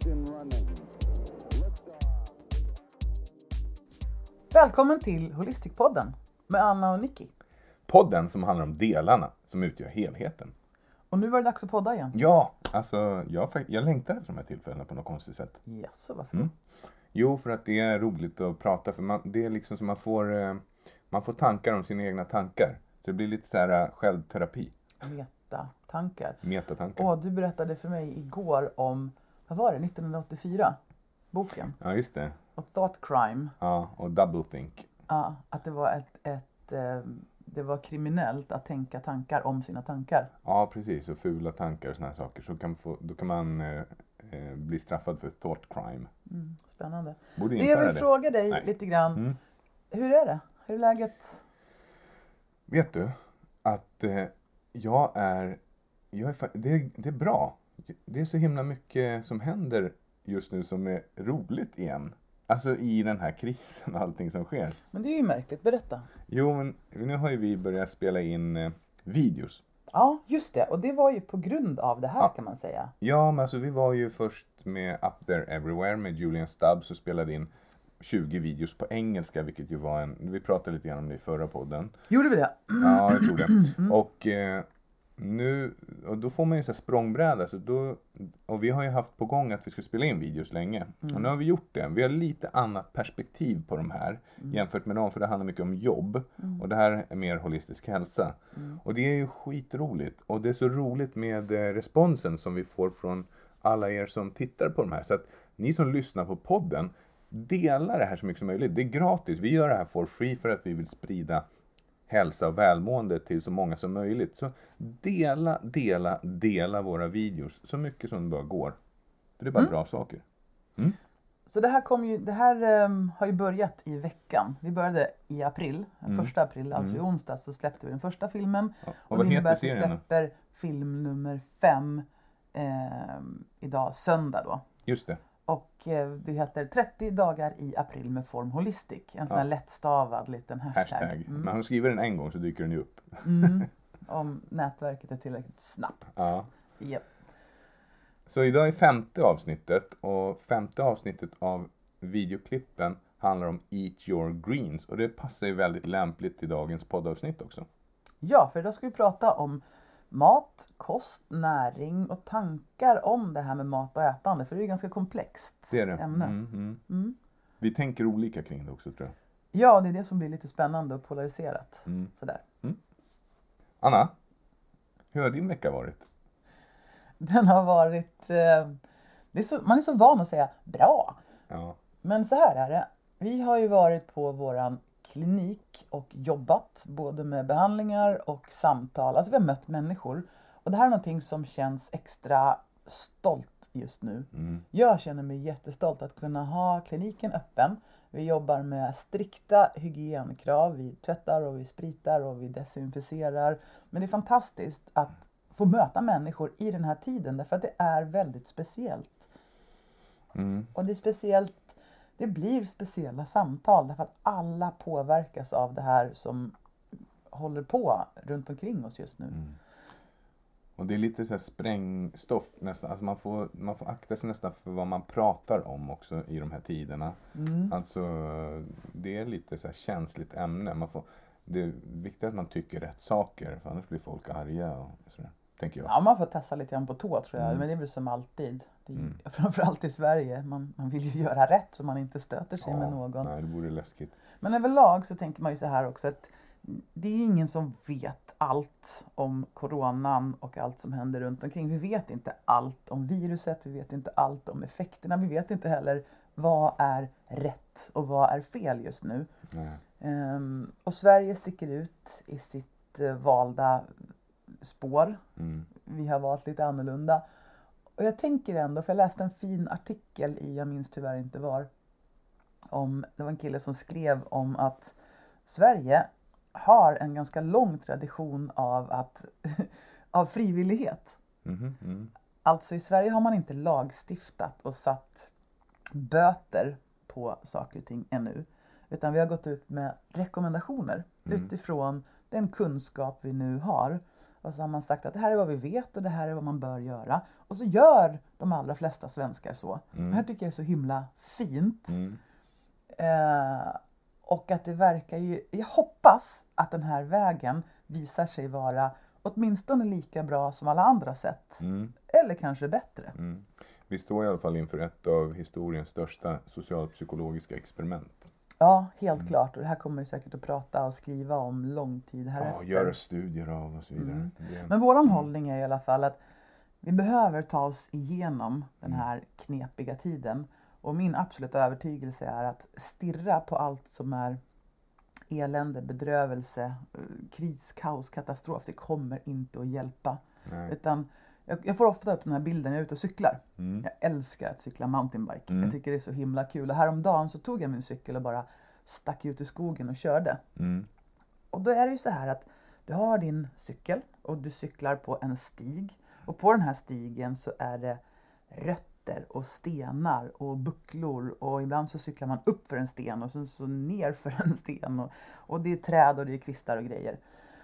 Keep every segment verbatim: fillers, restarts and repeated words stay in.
Välkommen till Holistikpodden med Anna och Nicky. Podden som handlar om delarna som utgör helheten. Och nu var det dags att podda igen. Ja, alltså jag, jag längtar efter de här tillfällena på något konstigt sätt. Yes, så varför Mm. Jo, för att det är roligt att prata. För man, det är liksom som man får, eh, man får tankar om sina egna tankar. Så det blir lite så här självterapi. Metatankar. Metatankar. Och du berättade för mig igår om, vad var det, nittonhundraåttiofyra? Boken. Ja, just det. Och Thought Crime. Ja, och Double Think. Ja, att det var ett, ett eh, det var kriminellt att tänka tankar om sina tankar. Ja, precis. Och fula tankar och såna här saker. Så kan man få, då kan man eh, eh, bli straffad för Thought Crime. Mm, spännande. Borde Jag införa vill det. fråga dig Nej. lite grann. Mm. Hur är det? Hur är läget? Vet du att eh, jag är, jag är... Det är, det är bra. Det är så himla mycket som händer just nu som är roligt igen. Alltså i den här krisen och allting som sker. Men det är ju märkligt. Berätta. Jo, men nu har ju vi börjat spela in eh, videos. Ja, just det. Och det var ju på grund av det här Ja. kan man säga. Ja, men alltså vi var ju först med Up There Everywhere med Julian Stubbs och spelade in tjugo videos på engelska, vilket ju var en... Vi pratade lite grann om det i förra podden. Gjorde vi det? Ja, jag tror det. Och eh, nu, och då får man ju så här språngbräda. Så då, och vi har ju haft på gång att vi ska spela in videos länge. Mm. Och nu har vi gjort det. Vi har lite annat perspektiv på de här Mm. jämfört med dem. För det handlar mycket om jobb. Mm. Och det här är mer holistisk hälsa. Mm. Och det är ju skitroligt. Och det är så roligt med eh, responsen som vi får från alla er som tittar på de här. Så att ni som lyssnar på podden, dela det här så mycket som möjligt. Det är gratis. Vi gör det här for free för att vi vill sprida hälsa och välmående till så många som möjligt. Så dela, dela, dela våra videos så mycket som det bara går. För det är bara Mm. bra saker. Så det här, kom ju, det här um, har ju börjat i veckan. Vi började i april, Mm. första april, alltså Mm. i onsdag så släppte vi den första filmen. Ja. Och, Och vad det innebär heter att vi serien då? släpper film nummer fem eh, idag, söndag då. Just det. Och eh, det heter trettio dagar i april med Form Holistic. En sån här Ja. lättstavad liten hashtag. Hashtag. Mm. Men hon skriver den en gång så dyker den ju upp. Mm. Om nätverket är tillräckligt snabbt. Ja. Japp. Så idag är femte avsnittet. Och femte avsnittet av videoklippen handlar om Eat Your Greens. Och det passar ju väldigt lämpligt till dagens poddavsnitt också. Ja, för idag ska vi prata om mat, kost, näring och tankar om det här med mat och ätande. För det är ju ganska komplext Det är det. ämne. Mm, mm. Mm. Vi tänker olika kring det också, tror jag. Ja, det är det som blir lite spännande och polariserat. Mm. Sådär. Anna, hur har din vecka varit? Den har varit... Eh, det är så, man är så van att säga bra. Ja. Men så här är det. Vi har ju varit på våran klinik och jobbat både med behandlingar och samtal. Alltså vi har mött människor. Och det här är någonting som känns extra stolt just nu. Mm. Jag känner mig jättestolt att kunna ha kliniken öppen. Vi jobbar med strikta hygienkrav. Vi tvättar och vi spritar och vi desinficerar. Men det är fantastiskt att få möta människor i den här tiden. Därför att det är väldigt speciellt. Mm. Och det är speciellt, det blir speciella samtal. Därför att alla påverkas av det här som håller på runt omkring oss just nu. Mm. Och det är lite så här sprängstoff nästan. Alltså man får, man får akta sig nästan för vad man pratar om också i de här tiderna. Mm. Alltså det är lite så här känsligt ämne. Man får, det är viktigt att man tycker rätt saker. För annars blir folk arga och sådär, tänker jag. Ja, man får testa lite grann på tå tror jag. Mm. Men det är väl som alltid. Det är, Mm. Framförallt i Sverige. Man, man vill ju göra rätt så man inte stöter sig Ja, med någon. Nej, det vore läskigt. Men överlag så tänker man ju så här också att det är ingen som vet allt om coronan och allt som händer runt omkring. Vi vet inte allt om viruset, vi vet inte allt om effekterna. Vi vet inte heller vad är rätt och vad är fel just nu. Nej. Um, och Sverige sticker ut i sitt uh, valda spår. Mm. Vi har valt lite annorlunda. Och jag tänker ändå, för jag läste en fin artikel i, jag minns tyvärr inte var, om, det var en kille som skrev om att Sverige har en ganska lång tradition av, att, av frivillighet. Mhm, mm. Alltså i Sverige har man inte lagstiftat och satt böter på saker och ting ännu. Utan vi har gått ut med rekommendationer Mm. utifrån den kunskap vi nu har. Och så har man sagt att det här är vad vi vet och det här är vad man bör göra. Och så gör de allra flesta svenskar så. Mm. Det här tycker jag är så himla fint. Mm. Eh, och att det verkar ju... Jag hoppas att den här vägen visar sig vara åtminstone lika bra som alla andra sätt. Mm. Eller kanske bättre. Mm. Vi står i alla fall inför ett av historiens största socialpsykologiska experiment. Ja, helt mm. klart. Och det här kommer vi säkert att prata och skriva om lång tid här Ja, efter. göra studier av och så vidare. Mm. Det... Men våran mm. hållning är i alla fall att vi behöver ta oss igenom den här knepiga tiden. Och min absoluta övertygelse är att stirra på allt som är elände, bedrövelse, kris, kaos, katastrof. Det kommer inte att hjälpa. Nej. Utan jag, jag får ofta upp den här bilden när jag är ute och cyklar. Mm. Jag älskar att cykla mountainbike. Mm. Jag tycker det är så himla kul. Och häromdagen så tog jag min cykel och bara stack ut i skogen och körde. Mm. Och då är det ju så här att du har din cykel och du cyklar på en stig. Och på den här stigen så är det rötter och stenar och bucklor. Och ibland så cyklar man upp för en sten och så, så ner för en sten. Och, och det är träd och det är kvistar och grejer.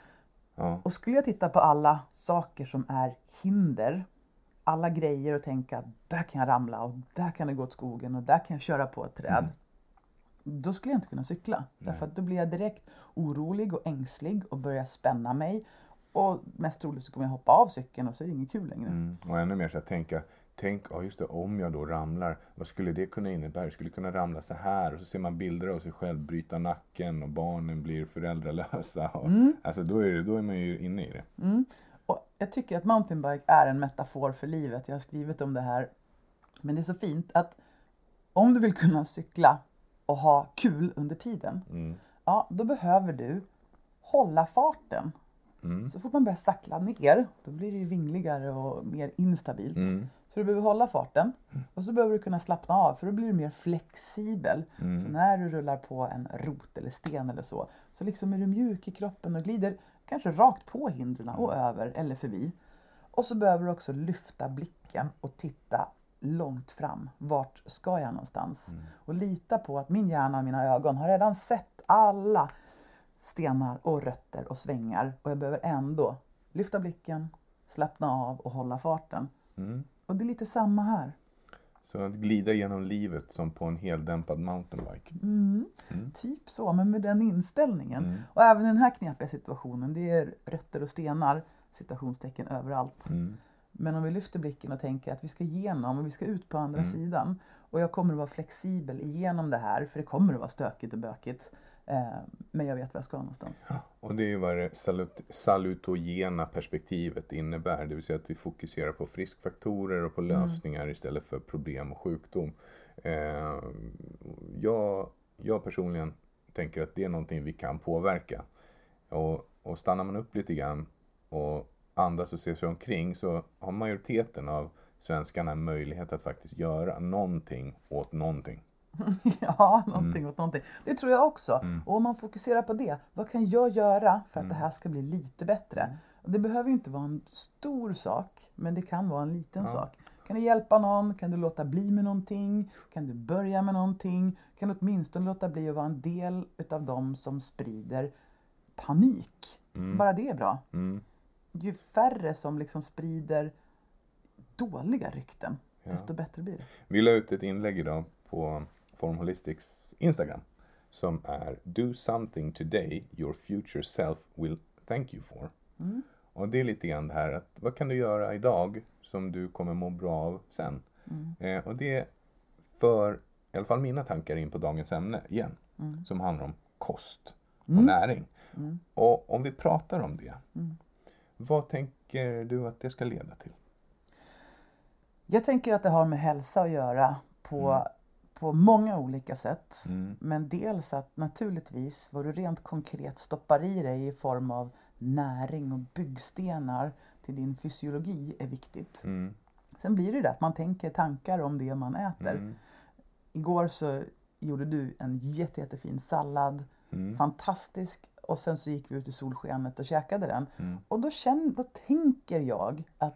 Ja. Och skulle jag titta på alla saker som är hinder, alla grejer och tänka att där kan jag ramla och där kan det gå åt skogen och där kan jag köra på ett träd. Mm. Då skulle jag inte kunna cykla. Nej. Därför att då blir jag direkt orolig och ängslig och börjar spänna mig. Och mest troligt så kommer jag hoppa av cykeln och så är det inget kul längre. Mm. Och ännu mer så att tänka, tänk, ja just det, om jag då ramlar, vad skulle det kunna innebära? Jag skulle kunna ramla så här och så ser man bilder av sig själv bryta nacken och barnen blir föräldralösa. Och, mm. Alltså då är, det, då är man ju inne i det. Mm. Och jag tycker att mountainbike är en metafor för livet. Jag har skrivit om det här. Men det är så fint att om du vill kunna cykla och ha kul under tiden, Mm. ja, då behöver du hålla farten. Mm. Så fort man börjar sackla ner, då blir det ju vingligare och mer instabilt. Mm. Så du behöver hålla farten och så behöver du kunna slappna av för då blir du mer flexibel. Mm. Så när du rullar på en rot eller sten eller så, så liksom är du mjuk i kroppen och glider kanske rakt på hindren och över eller förbi. Och så behöver du också lyfta blicken och titta långt fram. Vart ska jag någonstans? Mm. Och lita på att min hjärna och mina ögon har redan sett alla stenar och rötter och svängar. Och jag behöver ändå lyfta blicken, slappna av och hålla farten. Mm. Och det är lite samma här. Så att glida genom livet som på en heldämpad mountainbike. Mm. Mm. Typ så, men med den inställningen. Mm. Och även i den här knepiga situationen, det är rötter och stenar, citationstecken överallt. Mm. Men om vi lyfter blicken och tänker att vi ska igenom och vi ska ut på andra Mm. sidan. Och jag kommer att vara flexibel igenom det här, för det kommer att vara stökigt och bökigt. Eh, men jag vet var jag ska någonstans. Och det är ju vad det salut- salutogena perspektivet innebär. Det vill säga att vi fokuserar på friskfaktorer och på lösningar mm. istället för problem och sjukdom. Eh, jag, jag personligen tänker att det är någonting vi kan påverka. Och, och stannar man upp lite grann och andas och ser sig omkring, så har majoriteten av svenskarna möjlighet att faktiskt göra någonting åt någonting. Ja, någonting Mm. åt någonting. Det tror jag också. Mm. Och om man fokuserar på det, vad kan jag göra för att Mm. det här ska bli lite bättre? Mm. Och det behöver ju inte vara en stor sak, men det kan vara en liten Ja. sak. Kan du hjälpa någon? Kan du låta bli med någonting? Kan du börja med någonting? Kan du åtminstone låta bli att vara en del utav dem som sprider panik? Mm. Bara det är bra. Mm. Ju färre som liksom sprider dåliga rykten, Ja. desto bättre blir det. Vi la ut ett inlägg idag på Form Holistics Instagram som är Do something today your future self will thank you for. Mm. Och det är lite grann det här att vad kan du göra idag som du kommer må bra av sen? Mm. Eh, och det för i alla fall mina tankar in på dagens ämne igen. Mm. Som handlar om kost och Mm. näring. Mm. Och om vi pratar om det, Mm. vad tänker du att det ska leda till? Jag tänker att det har med hälsa att göra på, mm. på många olika sätt. Mm. Men dels att naturligtvis vad du rent konkret stoppar i dig i form av näring och byggstenar till din fysiologi är viktigt. Mm. Sen blir det det att man tänker tankar om det man äter. Mm. Igår så gjorde du en jätte, jättefin sallad. Mm. Fantastisk. Och sen så gick vi ut i solskenet och käkade den. Mm. Och då, känner, då tänker jag att wow,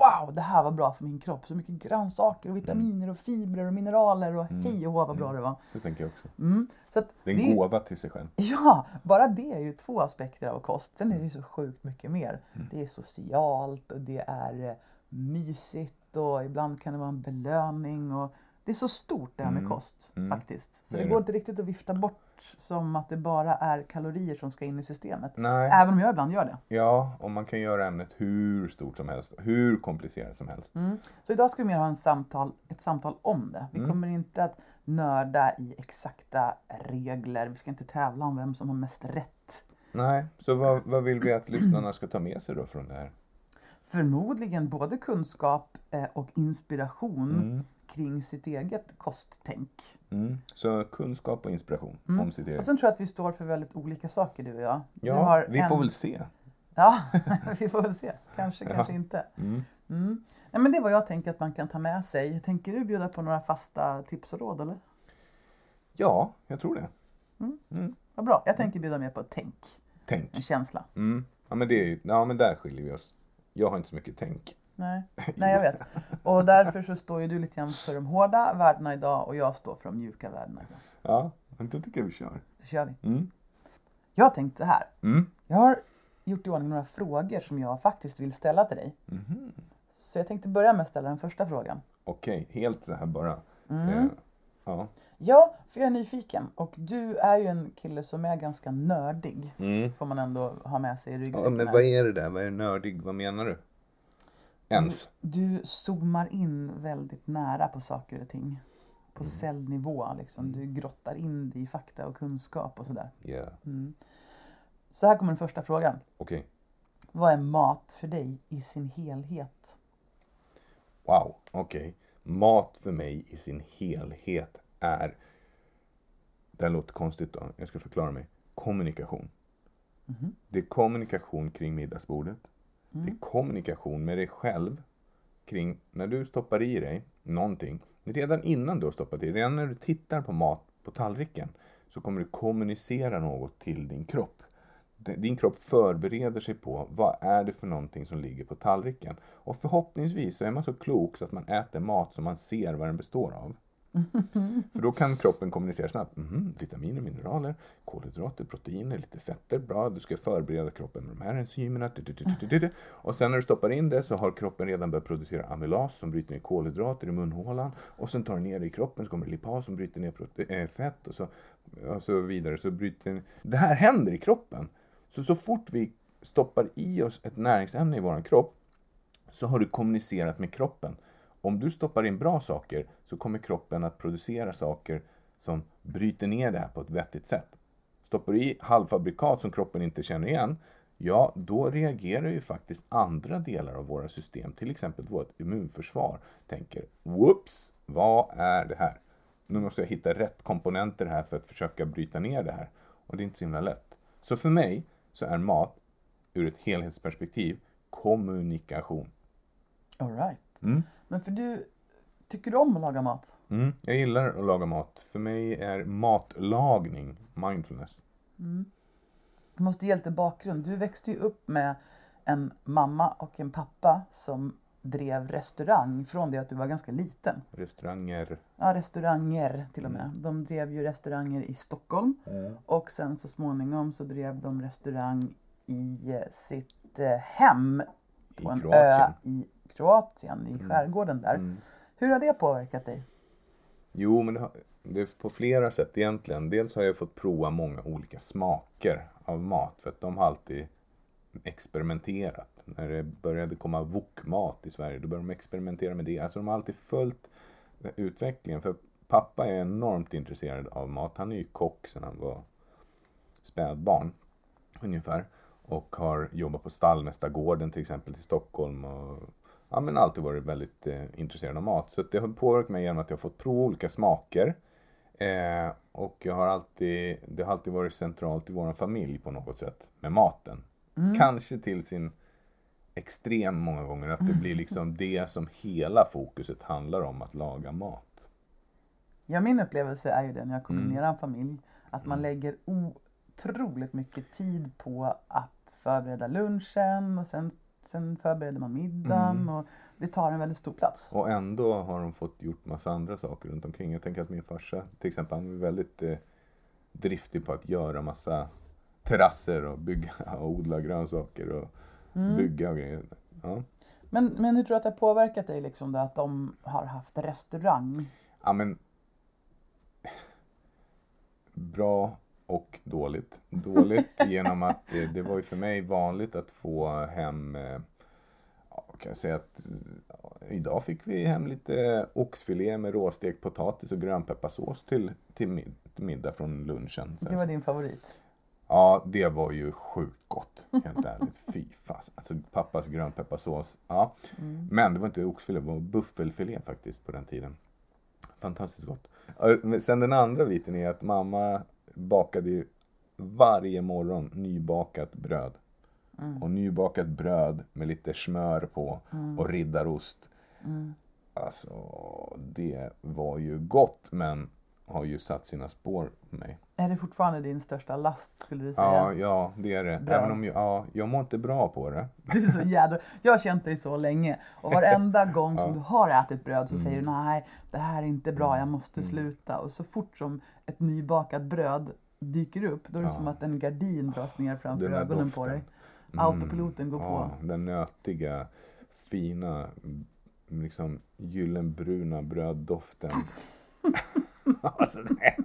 wow, det här var bra för min kropp. Så mycket grönsaker och vitaminer och fibrer och mineraler och hej och hå vad bra det var. Det tänker jag också. Mm. Så att Det är en det, gåva till sig själv. ja, bara det är ju två aspekter av kost. Sen är det ju så sjukt mycket mer. Det är socialt och det är eh, mysigt och ibland kan det vara en belöning. Och det är så stort det här med kost faktiskt. Så Det det är går det. inte riktigt att vifta bort som att det bara är kalorier som ska in i systemet. Nej. Även om jag ibland gör det. Ja, och man kan göra ämnet hur stort som helst, hur komplicerat som helst. Mm. Så idag ska vi mer ha en samtal, ett samtal om det. Vi kommer inte att nörda i exakta regler. Vi ska inte tävla om vem som har mest rätt. Nej, så vad, vad vill vi att lyssnarna ska ta med sig då från det här? Förmodligen både kunskap eh, och inspiration kring sitt eget kosttänk. Mm. Så kunskap och inspiration om sitt Och eget. sen tror jag att vi står för väldigt olika saker, du och jag. Du Ja, har vi en... får väl se. Ja, vi får väl se. Kanske, kanske inte. Mm. Nej, men det var jag tänkte att man kan ta med sig. Tänker du bjuda på några fasta tips och råd, eller? Ja, jag tror det. Vad bra. Jag tänker bjuda med på ett tänk. Tänk. En känsla. Mm. Ja, men det är ju, ja, men där skiljer vi oss. Jag har inte så mycket tänk. Nej. Nej, jag vet. Och därför så står ju du lite grann för de hårda värdena idag och jag står för de mjuka värdena idag. Ja, men då tycker jag vi kör. Det kör vi. Mm. Jag har tänkt så här. Mm. Jag har gjort i ordning några frågor som jag faktiskt vill ställa till dig. Mm. Så jag tänkte börja med att ställa den första frågan. Okej, helt så här bara. Mm. Eh, ja. Ja, för jag är nyfiken. Och du är ju en kille som är ganska nördig. Mm. Får man ändå ha med sig i Ja, ryggsäcken. men vad är det där? Vad är nördig? Vad menar du? Ens? Du zoomar in väldigt nära på saker och ting. På cellnivå liksom. Du grottar in dig i fakta och kunskap och sådär. Ja, yeah. Så här kommer den första frågan. Okej. Vad är mat för dig i sin helhet? Wow, okej. Mat för mig i sin helhet är, det här låter konstigt då, jag ska förklara mig, kommunikation. Mm-hmm. Det är kommunikation kring middagsbordet. Mm. Det är kommunikation med dig själv kring när du stoppar i dig någonting. Redan innan du har stoppat i, redan när du tittar på mat på tallriken så kommer du kommunicera något till din kropp. Din kropp förbereder sig på vad är det för någonting som ligger på tallriken. Och förhoppningsvis så är man så klok så att man äter mat som man ser vad den består av. För då kan kroppen kommunicera snabbt. Mm, vitaminer, mineraler, kolhydrater, proteiner, lite fetter. Bra, du ska förbereda kroppen med de här enzymerna. Och sen när du stoppar in det så har kroppen redan börjat producera amylas som bryter ner kolhydrater i munhålan. Och sen tar du ner det i kroppen så kommer det lipas som bryter ner prote- äh, fett och så, och så vidare. Så bryter... Det här händer i kroppen. Så så fort vi stoppar i oss ett näringsämne i vår kropp så har du kommunicerat med kroppen. Om du stoppar in bra saker så kommer kroppen att producera saker som bryter ner det här på ett vettigt sätt. Stoppar du i halvfabrikat som kroppen inte känner igen, ja då reagerar ju faktiskt andra delar av våra system, till exempel vårt immunförsvar, tänker whoops, vad är det här? Nu måste jag hitta rätt komponenter här för att försöka bryta ner det här. Och det är inte så himla lätt. Så för mig så är mat ur ett helhetsperspektiv kommunikation. All right. Mm. Men för du, tycker du om att laga mat? Mm, jag gillar att laga mat. För mig är matlagning mindfulness. Mm. Jag måste ge lite bakgrund. Du växte ju upp med en mamma och en pappa som drev restaurang från det att du var ganska liten. Restauranger. Ja, restauranger till och med. Mm. De drev ju restauranger i Stockholm. Mm. Och sen så småningom så drev de restaurang i sitt eh, hem. På I en Kroatien. ö i Kroatien, i skärgården där. Mm. Hur har det påverkat dig? Jo, men det, har, det är på flera sätt egentligen. Dels har jag fått prova många olika smaker av mat. För att de har alltid experimenterat. När det började komma wokmat i Sverige, då började de experimentera med det. Alltså de har alltid följt utvecklingen. För pappa är enormt intresserad av mat. Han är ju kock sedan han var spädbarn ungefär. Och har jobbat på Stallmästargården till exempel i Stockholm. Och ja, men alltid varit väldigt eh, intresserad av mat. Så det har påverkat mig genom att jag har fått prova olika smaker. Eh, och jag har alltid, det har alltid varit centralt i vår familj på något sätt med maten. Mm. Kanske till sin extrem många gånger. Att det blir liksom det som hela fokuset handlar om, att laga mat. Ja, min upplevelse är ju det när jag kombinerar Mm. en familj. Att man lägger otroligt mycket tid på att förbereda lunchen. Och sen sen förbereder man middagen Mm. och det tar en väldigt stor plats. Och ändå har de fått gjort massa andra saker runt omkring. Jag tänker att min farsa till exempel, han är väldigt eh, driftig på att göra massa terrasser och bygga och odla grönsaker och Mm. bygga och grejer. Ja. Men, men hur tror du att det har påverkat dig liksom då, att de har haft restaurang? Ja, men bra och dåligt. Dåligt genom att eh, det var ju för mig vanligt att få hem, eh, ja, kan jag säga att ja, idag fick vi hem lite oxfilé med råstekt potatis och grönpepparsås till, till, mid, till middag från lunchen. Det var din favorit. Ja, det var ju sjukt gott, helt ärligt. Fy fast. Alltså pappas grönpepparsås. Ja. Mm. Men det var inte oxfilé, det var buffelfilé faktiskt på den tiden. Fantastiskt gott. Och sen den andra biten är att mamma bakade ju varje morgon nybakat bröd. Mm. Och nybakat bröd med lite smör på Mm. och riddarost. Mm. Alltså, det var ju gott, men har ju satt sina spår på mig. Är det fortfarande din största last, skulle du säga? Ja, ja, det är det. Bra. Även om jag, ja, jag mår inte bra på det. Du är så jädra... Jag har känt dig så länge. Och varenda gång som Ja. du har ätit bröd så Mm. säger du nej, det här är inte bra, jag måste Mm. sluta. Och så fort som ett nybakat bröd dyker upp, då är det Ja. som att en gardin dras ner framför Den där ögonen på doften. dig. Mm. Autopiloten går Ja, på. den nötiga, fina, liksom gyllenbruna bröddoften. Alltså, det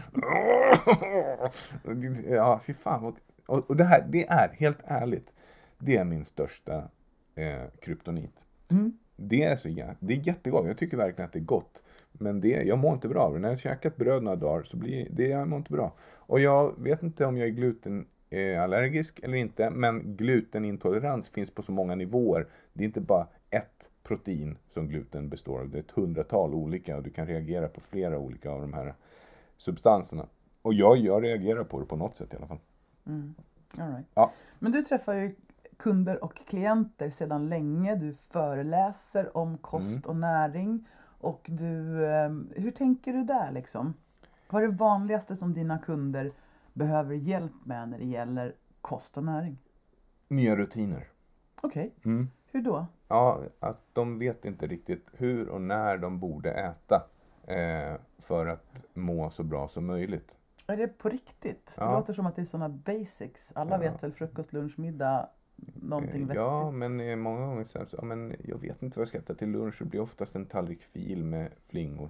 är... Ja, fy fan. Och, och, och det här, det är helt ärligt, det är min största eh, kryptonit. Mm. Det är så jä- det är jättegott. Jag tycker verkligen att det är gott. Men det, jag mår inte bra av det. När jag har käkat bröd några dagar så blir det, jag mår inte bra. Och jag vet inte om jag är glutenallergisk eller inte. Men glutenintolerans finns på så många nivåer. Det är inte bara ett protein som gluten består av. Det är ett hundratal olika och du kan reagera på flera olika av de här substanserna. Och jag, jag reagerar på det på något sätt i alla fall. Mm. All right. Ja. Men du träffar ju kunder och klienter sedan länge. Du föreläser om kost och näring. Och du, eh, hur tänker du där liksom? Vad är det vanligaste som dina kunder behöver hjälp med när det gäller kost och näring? Nya rutiner. Okej, Mm. hur då? Ja, att de vet inte riktigt hur och när de borde äta eh, för att må så bra som möjligt. Är det på riktigt? Det Ja. låter som att det är sådana basics. Alla Ja. vet väl frukost, lunch, middag, någonting Eh, vettigt. Ja, men eh, många gånger så här, så, ja, men jag vet inte vad jag ska äta till lunch. Det blir oftast en tallrik fil med flingor.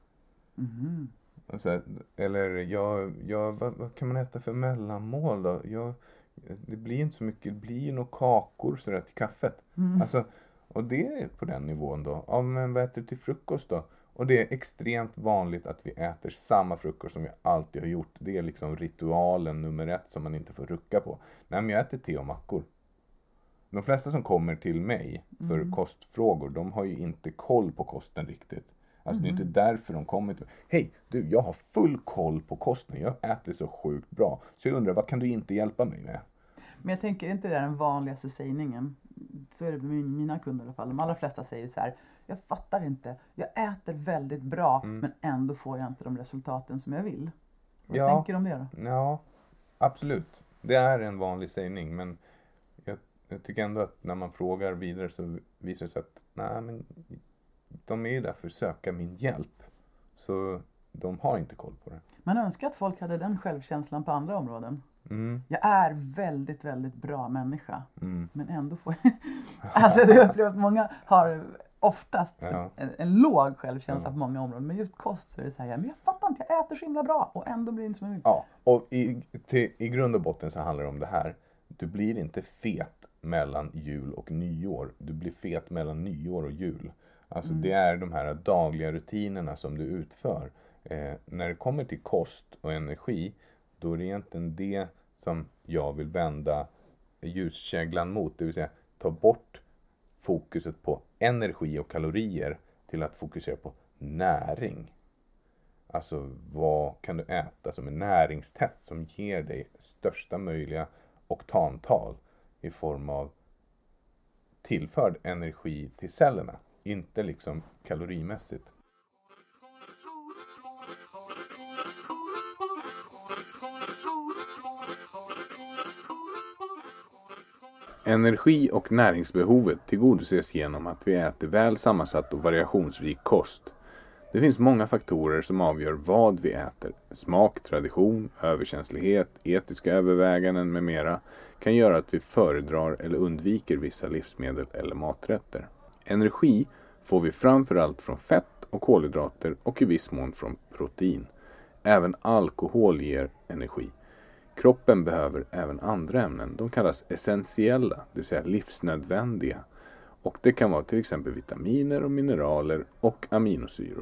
Mhm. Och så här, eller jag, jag, vad, vad kan man äta för mellanmål då? Jag, det blir inte så mycket, det blir nog kakor så där till kaffet. Mm. Alltså, och det är på den nivån då. Ja, men vad äter du till frukost då? Och det är extremt vanligt att vi äter samma frukost som vi alltid har gjort. Det är liksom ritualen nummer ett som man inte får rucka på. Nej, men jag äter te och mackor. De flesta som kommer till mig för Mm. kostfrågor, de har ju inte koll på kosten riktigt. Alltså det är inte därför de kommer till mig. Hej, du, jag har full koll på kosten. Jag äter så sjukt bra. Så jag undrar, vad kan du inte hjälpa mig med? Men jag tänker, är inte det den vanligaste sägningen? Så är det med mina kunder i alla fall. De allra flesta säger så här: jag fattar inte. Jag äter väldigt bra, Mm. men ändå får jag inte de resultaten som jag vill. Vad Ja. tänker du om det då? Ja, absolut. Det är en vanlig sägning, men jag, jag tycker ändå att när man frågar vidare så visar det sig att nej, men de är ju där för att söka min hjälp. Så de har inte koll på det. Man önskar att folk hade den självkänslan på andra områden. Mm, Jag är väldigt, väldigt bra människa, mm, men ändå får jag... Alltså jag upplever att många har oftast Ja. en, en låg självkänsla Ja. på många områden. Men just kost så är det så här, men jag fattar inte, jag äter så himla bra och ändå blir det inte som jag vill. Ja, och i, till, i grund och botten så handlar det om det här. Du blir inte fet mellan jul och nyår. Du blir fet mellan nyår och jul. Alltså det är de här dagliga rutinerna som du utför. Eh, när det kommer till kost och energi, då är det egentligen det som jag vill vända ljuskäglan mot. Det vill säga ta bort fokuset på energi och kalorier till att fokusera på näring. Alltså vad kan du äta som är näringstätt, som ger dig största möjliga oktantal i form av tillförd energi till cellerna. Inte liksom kalorimässigt. Energi- och näringsbehovet tillgodoses genom att vi äter väl sammansatt och variationsrik kost. Det finns många faktorer som avgör vad vi äter. Smak, tradition, överkänslighet, etiska överväganden med mera kan göra att vi föredrar eller undviker vissa livsmedel eller maträtter. Energi får vi framförallt från fett och kolhydrater och i viss mån från protein. Även alkohol ger energi. Kroppen behöver även andra ämnen. De kallas essentiella, det vill säga livsnödvändiga. Och det kan vara till exempel vitaminer och mineraler och aminosyror.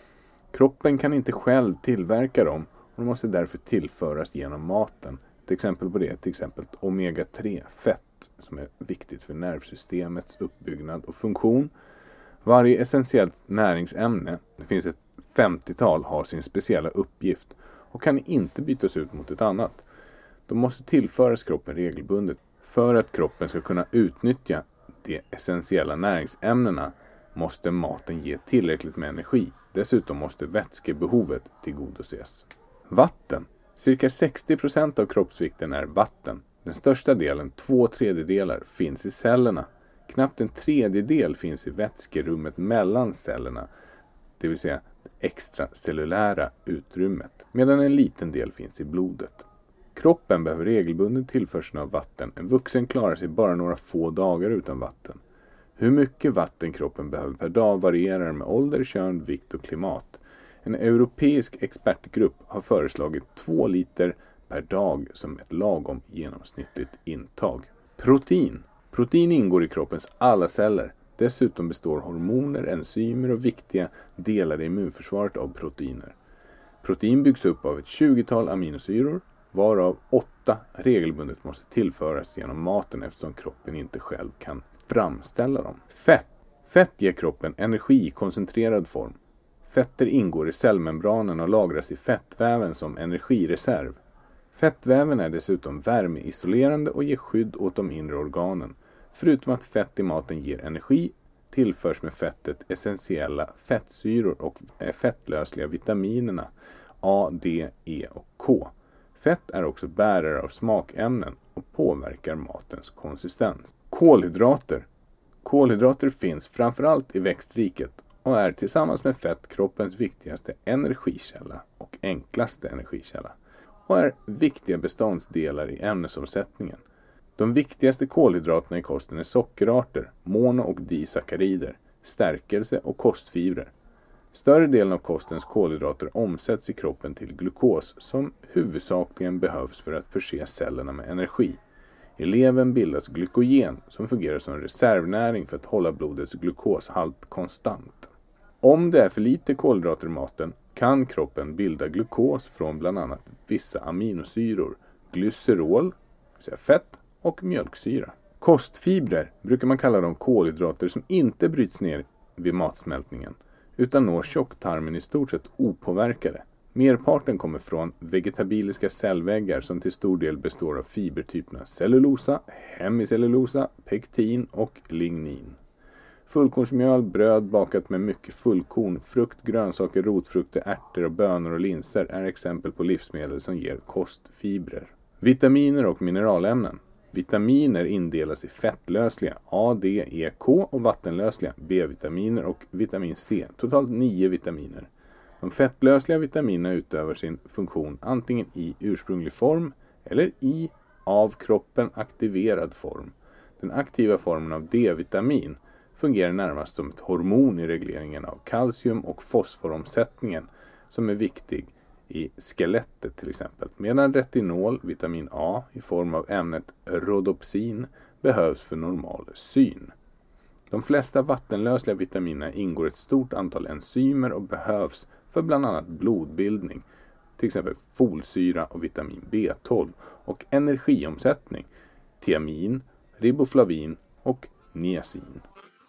Kroppen kan inte själv tillverka dem och de måste därför tillföras genom maten. Ett exempel på det är till exempel omega tre fett som är viktigt för nervsystemets uppbyggnad och funktion. Varje essentiellt näringsämne, det finns ett femtiotal, har sin speciella uppgift och kan inte bytas ut mot ett annat. De måste tillföras kroppen regelbundet. För att kroppen ska kunna utnyttja de essentiella näringsämnena måste maten ge tillräckligt med energi. Dessutom måste vätskebehovet tillgodoses. Vatten. Cirka sextio procent av kroppsvikten är vatten. Den största delen, två tredjedelar, finns i cellerna. Knappt en tredjedel finns i vätskerummet mellan cellerna, det vill säga det extracellulära utrymmet, medan en liten del finns i blodet. Kroppen behöver regelbunden tillförsel av vatten. En vuxen klarar sig bara några få dagar utan vatten. Hur mycket vatten kroppen behöver per dag varierar med ålder, kön, vikt och klimat. En europeisk expertgrupp har föreslagit två liter per dag som ett lagom genomsnittligt intag. Protein. Protein ingår i kroppens alla celler. Dessutom består hormoner, enzymer och viktiga delar i immunförsvaret av proteiner. Protein byggs upp av ett tjugotal aminosyror, varav åtta regelbundet måste tillföras genom maten eftersom kroppen inte själv kan framställa dem. Fett. Fett ger kroppen energi i koncentrerad form. Fetter ingår i cellmembranen och lagras i fettväven som energireserv. Fettväven är dessutom värmeisolerande och ger skydd åt de inre organen. Förutom att fett i maten ger energi tillförs med fettet essentiella fettsyror och fettlösliga vitaminerna A, D, E och K. Fett är också bärare av smakämnen och påverkar matens konsistens. Kolhydrater. Kolhydrater finns framförallt i växtriket och är tillsammans med fett kroppens viktigaste energikälla och enklaste energikälla och är viktiga beståndsdelar i ämnesomsättningen. De viktigaste kolhydraterna i kosten är sockerarter, mono- och disackarider, stärkelse och kostfibrer. Större delen av kostens kolhydrater omsätts i kroppen till glukos som huvudsakligen behövs för att förse cellerna med energi. I levern bildas glykogen som fungerar som reservnäring för att hålla blodets glukoshalt konstant. Om det är för lite kolhydrater i maten kan kroppen bilda glukos från bland annat vissa aminosyror, glycerol, det vill säga fett, och mjölksyra. Kostfibrer brukar man kalla de kolhydrater som inte bryts ner vid matsmältningen utan når tjocktarmen i stort sett opåverkade. Merparten kommer från vegetabiliska cellväggar som till stor del består av fibertyperna cellulosa, hemicellulosa, pektin och lignin. Fullkornsmjöl, bröd bakat med mycket fullkorn, frukt, grönsaker, rotfrukter, ärtor och bönor och linser är exempel på livsmedel som ger kostfibrer. Vitaminer och mineralämnen. Vitaminer indelas i fettlösliga A, D, E, K och vattenlösliga B-vitaminer och vitamin C, totalt nio vitaminer. De fettlösliga vitaminerna utövar sin funktion antingen i ursprunglig form eller i av kroppen aktiverad form. Den aktiva formen av D-vitamin fungerar närmast som ett hormon i regleringen av kalcium- och fosforomsättningen som är viktig i skelettet till exempel, medan retinol, vitamin A, i form av ämnet rhodopsin behövs för normal syn. De flesta vattenlösliga vitaminer ingår ett stort antal enzymer och behövs för bland annat blodbildning, till exempel folsyra och vitamin B tolv, och energiomsättning, tiamin, riboflavin och niacin.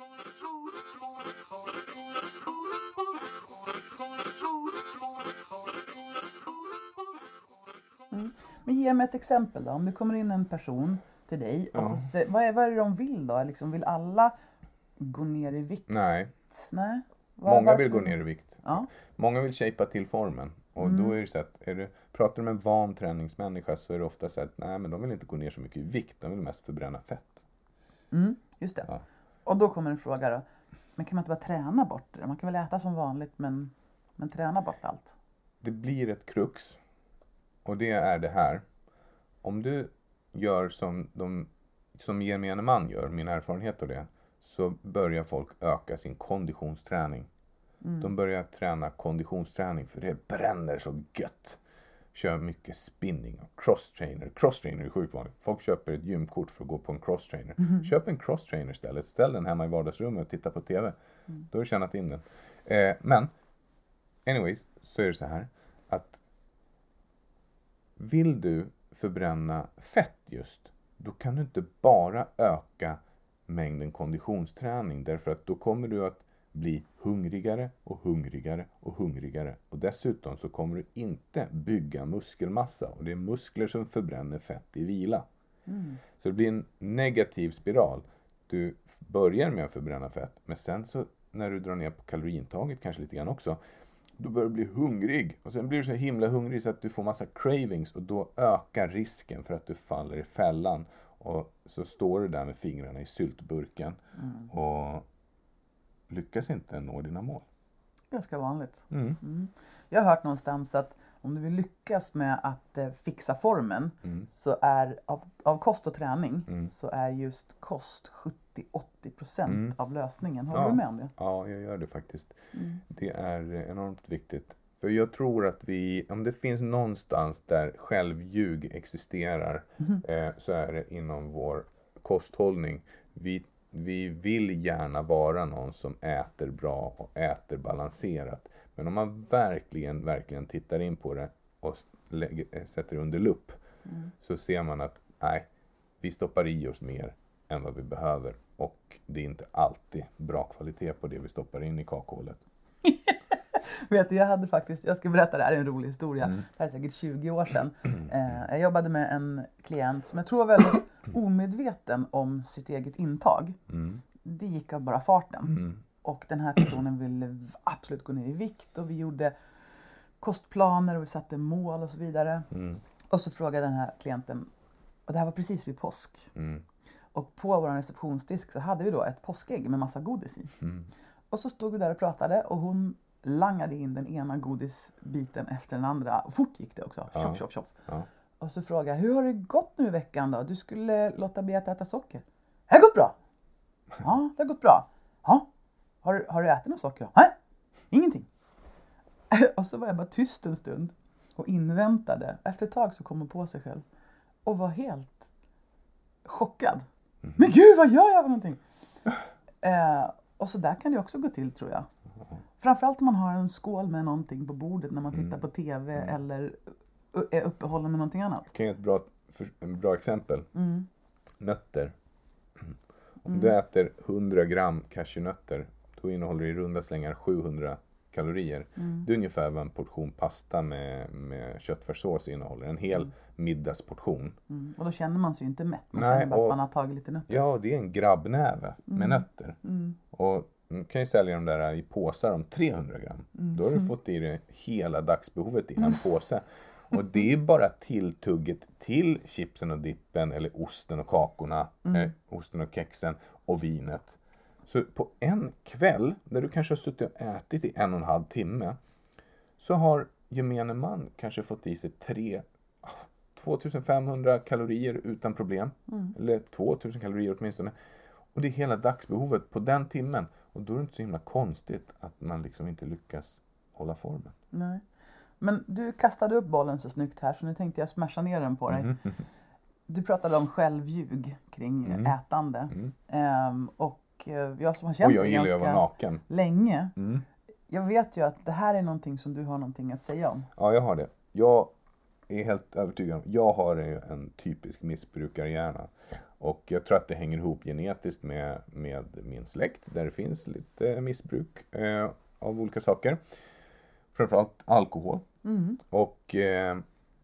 Mm. Men ge mig ett exempel då. Om det kommer in en person till dig, Ja. och så, säger- vad, är, vad är det de vill då? Liksom, vill alla gå ner i vikt? Nej, Nej. Var, många varför? vill gå ner i vikt. Ja. Många vill shapea till formen. Och då är det så att, är du, pratar du med en van träningsmänniska så är det ofta så att nej, men de vill inte gå ner så mycket i vikt. De vill mest förbränna fett. Mm, just det. Ja. Och då kommer en fråga då. Men kan man inte bara träna bort det? Man kan väl äta som vanligt men, men träna bort allt? Det blir ett krux. Och det är det här. Om du gör som, de, som gemene man gör, min erfarenhet av det, så börjar folk öka sin konditionsträning. Mm. De börjar träna konditionsträning för det bränner så gött. Kör mycket spinning och crosstrainer. Crosstrainer är sjukt vanligt. Folk köper ett gymkort för att gå på en crosstrainer. Mm. Köp en crosstrainer istället. Ställ den hemma i vardagsrummet och titta på tv. Mm. Då har du tjänat in den. Eh, men, anyways, så är det så här att vill du förbränna fett just, då kan du inte bara öka mängden konditionsträning. Därför att då kommer du att bli hungrigare och hungrigare och hungrigare. Och dessutom så kommer du inte bygga muskelmassa. Och det är muskler som förbränner fett i vila. Mm. Så det blir en negativ spiral. Du börjar med att förbränna fett. Men sen så när du drar ner på kaloriintaget kanske lite grann också. Då börjar du bli hungrig. Och sen blir du så himla hungrig så att du får massa cravings. Och då ökar risken för att du faller i fällan. Och så står du där med fingrarna i syltburken. Mm. Och lyckas inte nå dina mål. Ganska vanligt. Mm. Mm. Jag har hört någonstans att om du vill lyckas med att eh, fixa formen mm. så är av, av kost och träning mm. så är just kost sjuttio till åttio procent mm. av lösningen. Håller ja. du med om det? Ja, jag gör det faktiskt. Mm. Det är enormt viktigt. För jag tror att vi, om det finns någonstans där självljug existerar mm. eh, så är det inom vår kosthållning. Vi Vi vill gärna vara någon som äter bra och äter balanserat. Men om man verkligen, verkligen tittar in på det och lägger, sätter det under lupp mm. så ser man att nej, vi stoppar i oss mer än vad vi behöver. Och det är inte alltid bra kvalitet på det vi stoppar in i kakhålet. Vet du, jag hade faktiskt, jag ska berätta, det här är en rolig historia. Mm. Det här är säkert tjugo år sedan. Eh, jag jobbade med en klient som jag tror var väldigt omedveten om sitt eget intag. Mm. Det gick av bara farten. Mm. Och den här personen ville absolut gå ner i vikt. Och vi gjorde kostplaner och vi satte mål och så vidare. Mm. Och så frågade den här klienten, och det här var precis vid påsk. Mm. Och på vår receptionsdisk så hade vi då ett påskägg med massa godis i. Mm. Och så stod vi där och pratade och hon langade in den ena godisbiten efter den andra. Och fort gick det också. Ja. Tjoff, tjoff, tjoff. Ja. Och så frågade jag, hur har det gått nu i veckan då? Du skulle låta bli att äta socker. Det har gått bra. Ja, det har gått bra. Ja, har, har du ätit något socker då? Nej, ingenting. Och så var jag bara tyst en stund och inväntade. Efter ett tag så kom hon på sig själv och var helt chockad. Mm. Men gud, vad gör jag för någonting? eh, och så där kan det också gå till, tror jag. Framförallt om man har en skål med någonting på bordet när man tittar mm. på tv mm. eller är uppehållen med någonting annat. Kan jag ge ett bra, ett bra exempel? Mm. Nötter. Om Mm. du äter hundra gram cashewnötter, då innehåller det i runda slängar sjuhundra kalorier. Mm. Det är ungefär vad en portion pasta med, med köttfärssås innehåller. En hel mm. middagsportion. Mm. Och då känner man sig ju inte mätt. Man Nej, känner bara och, att man har tagit lite nötter. Ja, det är en grabbnäve mm. med nötter. Mm. Och man kan ju sälja dem där i påsar om trehundra gram. Mm. Då har du fått i dig hela dagsbehovet i en mm. påse. Och det är bara tilltugget till chipsen och dippen eller osten och kakorna, mm. eh, osten och kexen och vinet. Så på en kväll, där du kanske har suttit och ätit i en och en halv timme, så har gemene man kanske fått i sig tre, tvåtusenfemhundra kalorier utan problem. Mm. Eller tvåtusen kalorier åtminstone. Och det är hela dagsbehovet på den timmen. Och då är det inte så himla konstigt att man liksom inte lyckas hålla formen. Nej. Men du kastade upp bollen så snyggt här, så nu tänkte jag smasha ner den på dig. Mm. Du pratade om självljug kring mm. ätande. Mm. Um, och jag som har känt dig ganska länge, mm. jag vet ju att det här är någonting som du har någonting att säga om. Ja, jag har det. Jag är helt övertygad om, jag har en typisk missbrukarhjärna. Och jag tror att det hänger ihop genetiskt med, med min släkt, där det finns lite missbruk eh, av olika saker. Framförallt alkohol. Mm. Och eh,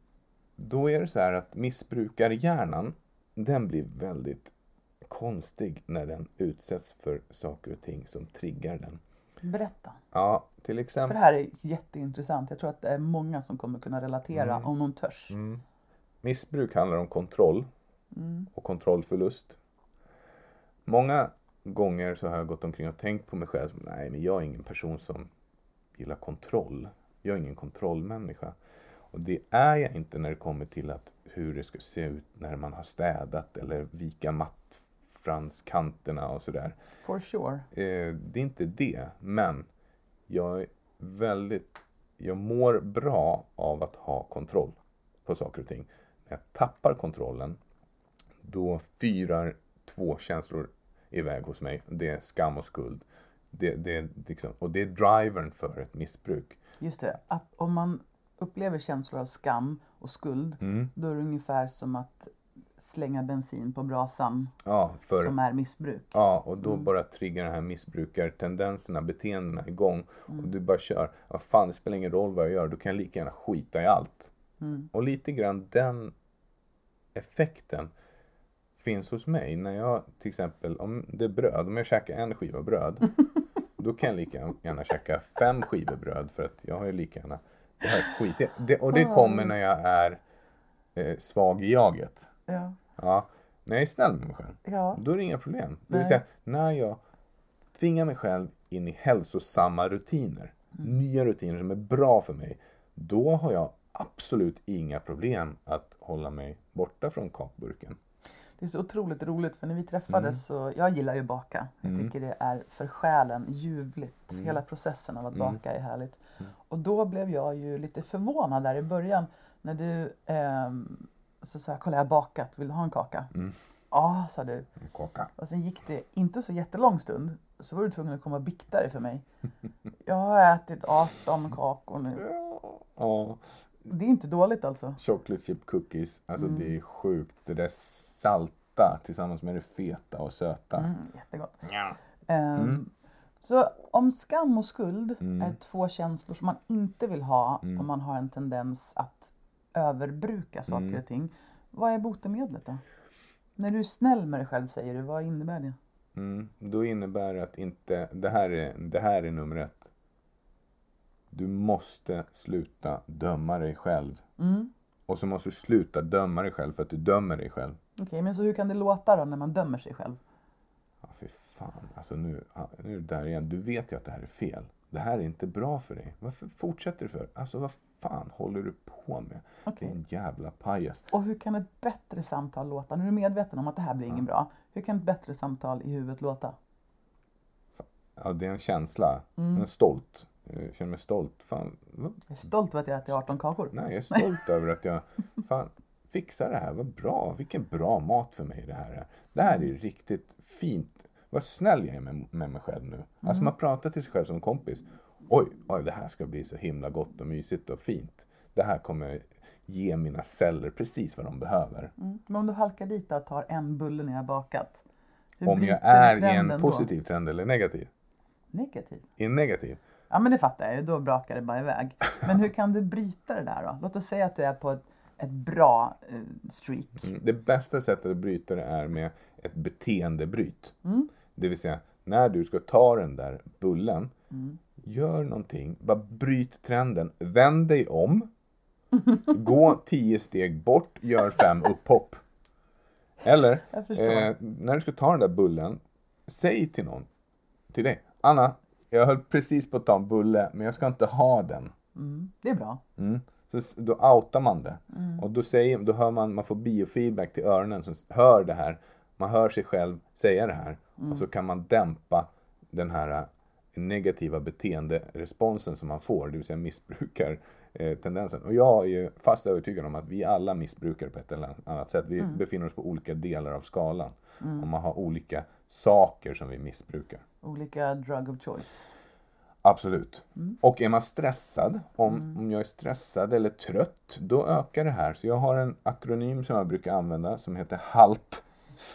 då är det så här att missbrukarhjärnan, den blir väldigt konstig när den utsätts för saker och ting som triggar den. Berätta. Ja, till exempel. För det här är jätteintressant. Jag tror att det är många som kommer kunna relatera mm. om någon törs. Mm. Missbruk handlar om kontroll mm. och kontrollförlust. många gånger så har jag gått omkring och tänkt på mig själv som, nej men jag är ingen person som gillar kontroll. Jag är ingen kontrollmänniska. Och det är jag inte när det kommer till att hur det ska se ut när man har städat eller vika mattfranskanterna och sådär. For sure. Eh, det är inte det, men jag är väldigt, jag mår bra av att ha kontroll på saker och ting. När jag tappar kontrollen, då fyrar två känslor iväg hos mig. Det är skam och skuld. Det, det, liksom, och det är drivern för ett missbruk. Just det, att om man upplever känslor av skam och skuld, Mm. då är det ungefär som att slänga bensin på brasan Ja, för, som är missbruk. ja, och då bara triggar den här missbrukartendenserna, beteendena igång. Och du bara kör. Ja, fan, det spelar ingen roll vad jag gör. Du kan lika gärna skita i allt. Mm. Och lite grann den effekten finns hos mig. När jag till exempel, om det är bröd, om jag käkar en skiva bröd, då kan jag lika gärna käka fem skivor bröd. För att jag har ju lika gärna, det här är skit. Det, och det kommer när jag är eh, svag i jaget. Ja. Ja, när jag är snäll med mig själv, Ja. då är det inga problem. Det Nej. vill säga, när jag tvingar mig själv in i hälsosamma rutiner, Mm. nya rutiner som är bra för mig, då har jag absolut inga problem att hålla mig borta från kakburken. Det är så otroligt roligt, för när vi träffades så, jag gillar ju att baka. Jag tycker det är för själen ljuvligt. Hela processen av att baka är härligt. Och då blev jag ju lite förvånad där i början när du ehm, så sa jag, kolla jag har bakat, vill du ha en kaka? Ja, sa du. En kaka. Och sen gick det inte så jättelång stund, så var du tvungen att komma och bikta dig för mig. Jag har ätit arton kakor nu. Ja, Det är inte dåligt alltså. chocolate chip cookies, alltså det är sjukt. Det där salta tillsammans med det feta och söta. Mm, jättegott. Ja. Ehm, Så om skam och skuld är två känslor som man inte vill ha om man har en tendens att överbruka saker och ting. Vad är botemedlet då? När du är snäll med dig själv, säger du, vad innebär det? Mm, då innebär det att inte, det här är, det här är nummer ett. Du måste sluta döma dig själv. Mm. Och så måste du sluta döma dig själv för att du dömer dig själv. Okej, men så hur kan det låta då när man dömer sig själv? Ja, fy fan. Alltså nu, ja, nu är det där igen. Du vet ju att det här är fel. Det här är inte bra för dig. Varför fortsätter du för? Alltså vad fan håller du på med? Okej. Det är en jävla pajas. Och hur kan ett bättre samtal låta? När du är medveten om att det här blir inget bra. Hur kan ett bättre samtal i huvudet låta? Ja, det är en känsla. Mm. En stolt. Jag känner mig stolt. Fan, vad? Jag är stolt över att jag äter arton kakor. Nej, jag är stolt över att jag fan, fixar det här. Vad bra. Vilken bra mat för mig det här är. Det här är riktigt fint. Vad snäll jag är med, med mig själv nu. Alltså man pratar till sig själv som kompis. Oj, oj, det här ska bli så himla gott och mysigt och fint. Det här kommer ge mina celler precis vad de behöver. Mm. Men om du halkar dit och tar en bulle när jag har bakat. Hur Om jag bryter är du i en trenden positiv trend eller negativ. Då? Negativ? I en negativ. Ja, men det fattar jag ju. Då brakar det bara iväg. Men hur kan du bryta det där då? Låt oss säga att du är på ett, ett bra eh, streak. Mm, Det bästa sättet att bryta det är med ett beteendebryt. Mm. Det vill säga, när du ska ta den där bullen, Mm. gör någonting. Bara bryt trenden. Vänd dig om. Gå tio steg bort. Gör fem upphopp. Eller, Jag förstår. eh, när du ska ta den där bullen, säg till någon, till dig, Anna, jag höll precis på att ta en bulle, men jag ska inte ha den. Mm. Det är bra. Mm. Så s- då outar man det. Och då, säger, då hör man, man får biofeedback till öronen som s- hör det här. Man hör sig själv säga det här. Och så kan man dämpa den här eh, negativa beteenderesponsen som man får. Det vill säga missbrukar eh, tendensen. Och jag är ju fast övertygad om att vi alla missbrukar på ett eller annat sätt. Vi befinner oss på olika delar av skalan. Och man har olika saker som vi missbrukar. Olika drug of choice. Absolut. Och är man stressad, om, om jag är stressad eller trött, då ökar det här. Så jag har en akronym som jag brukar använda som heter HALT.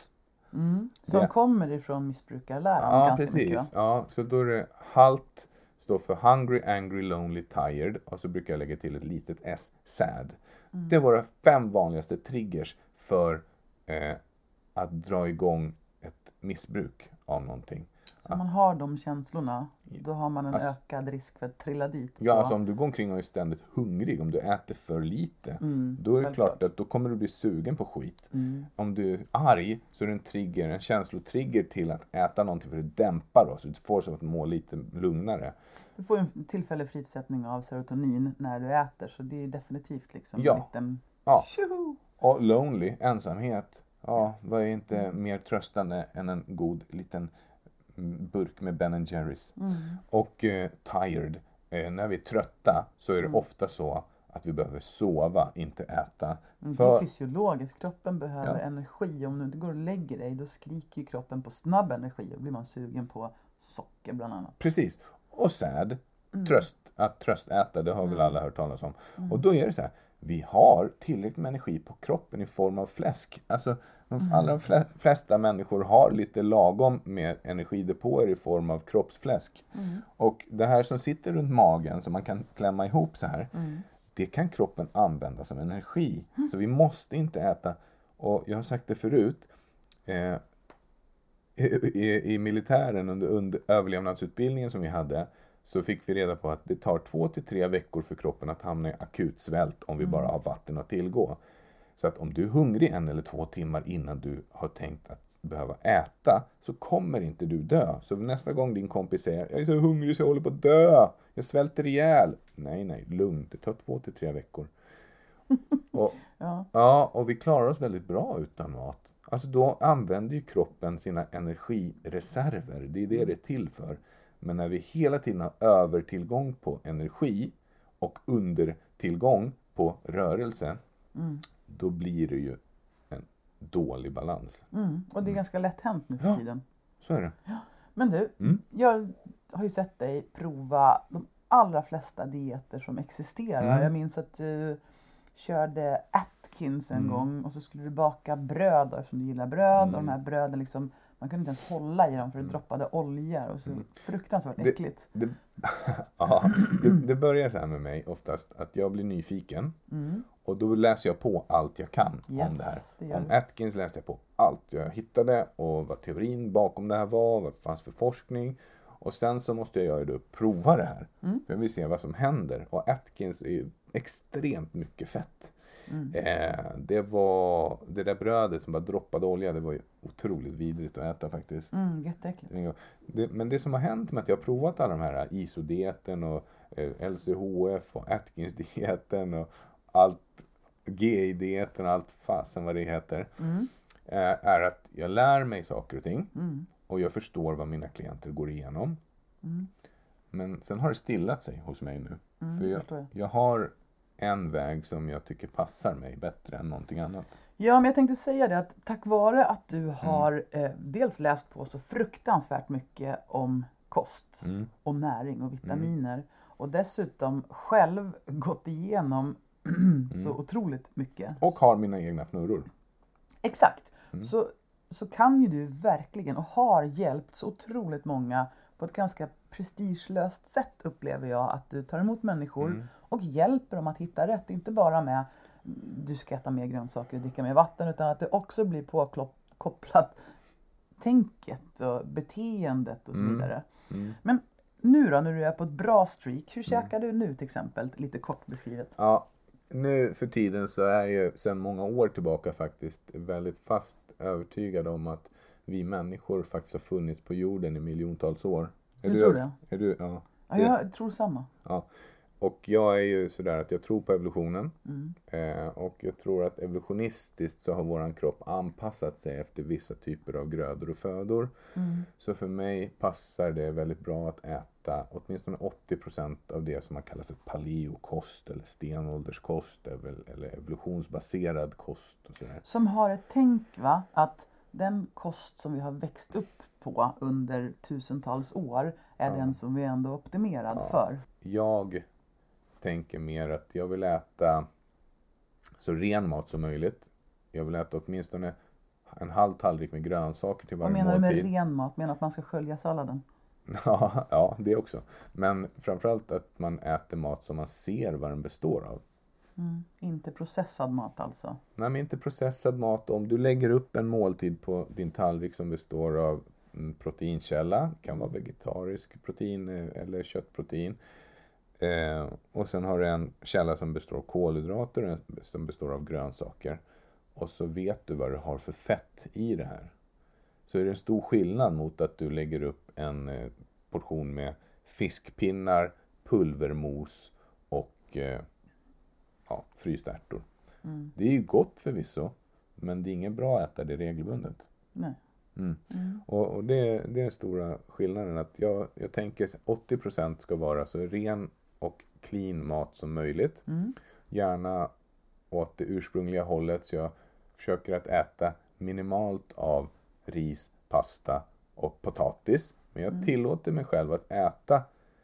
Som Det- kommer ifrån missbrukarläran Ja, ganska mycket. precis. Ja, så då är det HALT, står för Hungry, Angry, Lonely, Tired. Och så brukar jag lägga till ett litet S, SAD. Det är våra fem vanligaste triggers för eh, att dra igång ett missbruk av någonting. Så om man har de känslorna, då har man en Alltså- ökad risk för att trilla dit. Ja, på- alltså om du går omkring och är ständigt hungrig, om du äter för lite, Mm, då är det självklart. klart att då kommer du bli sugen på skit. Mm. Om du är arg så är det en trigger, en känslotrigger till att äta någonting för att dämpa då, så du får så att må lite lugnare. Du får en tillfällig frisättning av serotonin när du äter, så det är definitivt liksom Ja. en liten... Ja. Tjoho! Och lonely, ensamhet, ja, vad är inte mer tröstande än en god liten mm, burk med Ben and Jerrys. Mm. Och eh, tired, eh, när vi är trötta så är det Mm. ofta så att vi behöver sova, inte äta. Mm, Det är För, fysiologiskt, kroppen behöver Ja. energi. Om du inte går och lägger dig, då skriker ju kroppen på snabb energi och blir man sugen på socker bland annat. precis. Och sad, Mm. tröst, att tröstäta, det har väl alla hört talas om. Och då är det så här, vi har tillräckligt med energi på kroppen i form av fläsk. Alltså, de allra flä- flesta människor har lite lagom med energidepåer i form av kroppsfläsk. Mm. Och det här som sitter runt magen, som man kan klämma ihop så här, Mm. det kan kroppen använda som energi. Så vi måste inte äta. Och jag har sagt det förut, eh, i, i, i militären under, under överlevnadsutbildningen som vi hade, så fick vi reda på att det tar två till tre veckor för kroppen att hamna i akut svält om vi bara har vatten att tillgå. Så att om du är hungrig en eller två timmar innan du har tänkt att behöva äta, så kommer inte du dö. Så nästa gång din kompis säger, jag är så hungrig så jag håller på att dö, jag svälter ihjäl. Nej, nej, lugnt, det tar två till tre veckor. Och, Ja. ja, och vi klarar oss väldigt bra utan mat. Alltså då använder ju kroppen sina energireserver, det är det det är till för. Men när vi hela tiden har övertillgång på energi och undertillgång på rörelse, Mm. då blir det ju en dålig balans. Mm. Och det är ganska lätt hänt nu för Ja. tiden. Så är det. Men du, Mm. jag har ju sett dig prova de allra flesta dieter som existerar. Mm. Jag minns att du körde Atkins en Mm. gång och så skulle du baka bröd då, eftersom du gillar bröd. Mm. Och de här bröden liksom, man kunde inte ens hålla i dem för det droppade olja och så fruktansvärt Det- äckligt. Det, ja, det, det börjar så här med mig oftast, att jag blir nyfiken. Mm. Och då läser jag på allt jag kan om Yes, det här. det gör Om du. Atkins läste jag på allt jag hittade och vad teorin bakom det här var, vad det fanns för forskning. Och sen så måste jag göra det och prova det här. Mm. För jag vill se vad som händer. Och Atkins är ju extremt mycket fett. Mm. Eh, det var det där brödet som bara droppade olja, det var ju otroligt vidrigt att äta faktiskt. Mm, jätteäckligt. Det, men det som har hänt med att jag har provat alla de här I S O-dieten och eh, L C H F och Atkins-dieten och allt, G I-dieten och allt fasen vad det heter, Mm. eh, är att jag lär mig saker och ting Mm. och jag förstår vad mina klienter går igenom. Mm. Men sen har det stillat sig hos mig nu. Mm, För det jag, förstår jag. jag har en väg som jag tycker passar mig bättre än någonting annat. Ja, men jag tänkte säga det att tack vare att du har eh, dels läst på så fruktansvärt mycket om kost Mm. och näring och vitaminer och dessutom själv gått igenom så otroligt mycket. Och har mina egna fnurror. Exakt. Mm. Så, så kan ju du verkligen och har hjälpt så otroligt många på ett ganska prestigelöst sätt, upplever jag, att du tar emot människor Mm. och hjälper dem att hitta rätt. Inte bara med du ska äta mer grönsaker och dricka mer vatten, utan att det också blir påkopplat tänket och beteendet och så Mm. vidare. Mm. Men nu då, när du är på ett bra streak, hur käkar du nu till exempel? Lite kort beskrivet. Ja, nu för tiden så är jag sedan många år tillbaka faktiskt väldigt fast övertygad om att vi människor faktiskt har funnits på jorden i miljontals år. Är Du tror det? Är du, ja. Ja, Det- jag tror samma. ja. Och jag är ju sådär att jag tror på evolutionen. Mm. Eh, och jag tror att evolutionistiskt så har våran kropp anpassat sig efter vissa typer av grödor och födor. Mm. Så för mig passar det väldigt bra att äta åtminstone åttio procent av det som man kallar för paleokost eller stenålderskost eller, eller evolutionsbaserad kost och sådär. Som har ett tänk, va? Att den kost som vi har växt upp på under tusentals år är Ja. den som vi ändå är optimerad för. Jag tänker mer att jag vill äta så ren mat som möjligt. Jag vill äta åtminstone en halv tallrik med grönsaker till Vad varje menar du med måltid. ren mat? Menar du att man ska skölja salladen? Ja, ja, det också. Men framförallt att man äter mat som man ser vad den består av. Mm. Inte processad mat alltså. Nej, men inte processad mat. Om du lägger upp en måltid på din tallrik som består av en proteinkälla. Det kan vara vegetarisk protein eller köttprotein. Eh, och sen har du en källa som består av kolhydrater och en som består av grönsaker. Och så vet du vad du har för fett i det här. Så är det en stor skillnad mot att du lägger upp en eh, portion med fiskpinnar, pulvermos och eh, ja, frystärtor. Mm. Det är ju gott förvisso, men det är inget bra att äta det regelbundet. Nej. Mm. Mm. Och, och det, det är den stora skillnaden. Att jag, jag tänker att åttio procent ska vara så ren och clean mat som möjligt. Mm. Gärna åt det ursprungliga hållet, så jag försöker att äta minimalt av ris, pasta och potatis. Men jag mm. tillåter mig själv att äta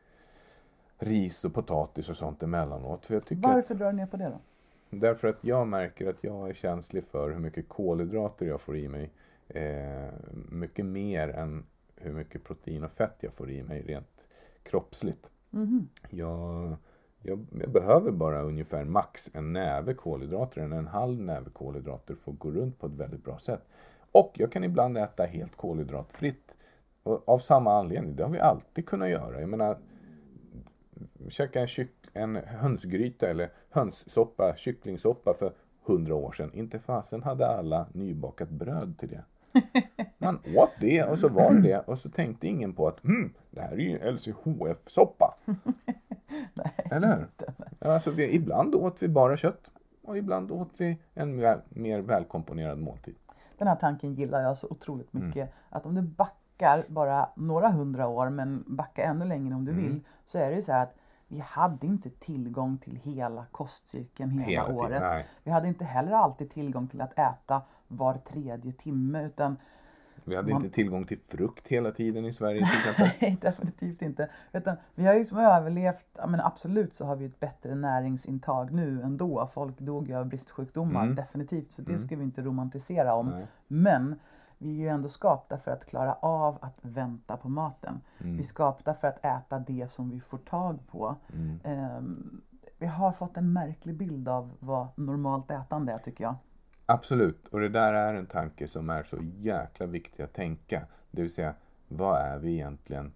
ris och potatis och sånt emellanåt. För jag tycker Varför drar du ner på det då? Därför att jag märker att jag är känslig för hur mycket kolhydrater jag får i mig. Eh, mycket mer än hur mycket protein och fett jag får i mig rent kroppsligt. Mm. Jag, jag, jag behöver bara ungefär max en näve kolhydrater, en, en halv näve kolhydrater för att gå runt på ett väldigt bra sätt. Och jag kan ibland äta helt kolhydratfritt. Och av samma anledning, det har vi alltid kunnat göra. Jag menar, käka en, kyck, en hönsgryta eller hönssoppa, kycklingsoppa för hundra år sedan. Inte fasen hade alla nybakat bröd till det. Man åt det och så var det det. Och så tänkte ingen på att hm, det här är ju L C H F-soppa. Nej, eller hur? Ja, alltså, vi, ibland åt vi bara kött. Och ibland åt vi en väl, mer välkomponerad måltid. Den här tanken gillar jag så otroligt mycket. Mm. Att om du backar bara några hundra år, men backa ännu längre om du mm. vill. Så är det ju så här att vi hade inte tillgång till hela kostcirkeln hela, hela året. Tiden, nej. Vi hade inte heller alltid tillgång till att äta var tredje timme. Utan vi hade man... inte tillgång till frukt hela tiden i Sverige till exempel. Nej, definitivt inte. Utan vi har ju som överlevt, men absolut så har vi ett bättre näringsintag nu ändå. Folk dog ju av bristsjukdomar, mm. definitivt. Så det mm. ska vi inte romantisera om. Nej. Men vi är ju ändå skapta för att klara av att vänta på maten. Mm. Vi är skapta för att äta det som vi får tag på. Mm. Um, vi har fått en märklig bild av vad normalt ätande är, tycker jag. Absolut, och det där är en tanke som är så jäkla viktig att tänka. Det vill säga, vad är vi egentligen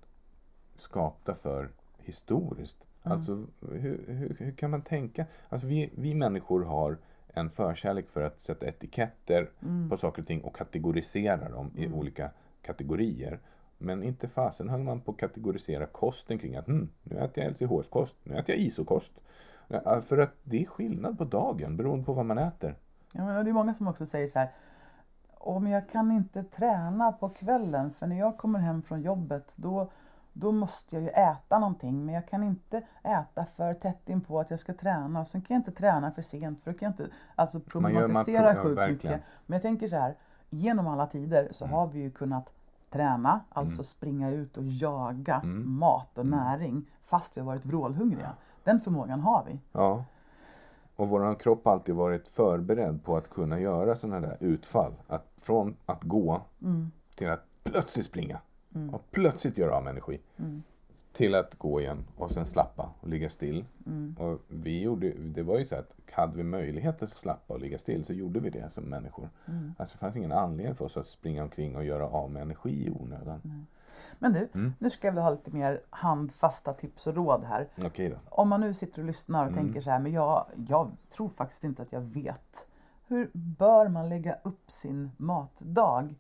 skapta för historiskt? Mm. Alltså, hur, hur, hur kan man tänka? Alltså, vi, vi människor har en förkärlek för att sätta etiketter mm. på saker och ting och kategorisera dem i mm. olika kategorier. Men inte fasen höll man på att kategorisera kosten kring att hm, nu äter jag L C H F-kost, nu äter jag isokost. Ja, för att det är skillnad på dagen beroende på vad man äter. Ja, men det är många som också säger så här: om jag kan inte träna på kvällen, för när jag kommer hem från jobbet då, då måste jag ju äta någonting, men jag kan inte äta för tätt in på att jag ska träna, och sen kan jag inte träna för sent, för då kan jag inte alltså problematisera man gör, man, sjukt ja, mycket. Men jag tänker så här, genom alla tider så mm. har vi ju kunnat träna, alltså mm. springa ut och jaga mm. mat och mm. näring fast vi har varit vrålhungriga. Den förmågan har vi. Ja. Och vår kropp har alltid varit förberedd på att kunna göra sådana där utfall. Att från att gå mm. till att plötsligt springa. Mm. Och plötsligt göra av energi. Mm. Till att gå igen och sen slappa och ligga still. Mm. Och vi gjorde, det var ju så att hade vi möjlighet att slappa och ligga still så gjorde vi det som människor. Mm. Alltså det fanns ingen anledning för oss att springa omkring och göra av med energi i onödan. Mm. Men du, mm. nu ska jag väl ha lite mer handfasta tips och råd här. Okej då. Om man nu sitter och lyssnar och mm. tänker så här, men jag, jag tror faktiskt inte att jag vet. Hur bör man lägga upp sin matdag?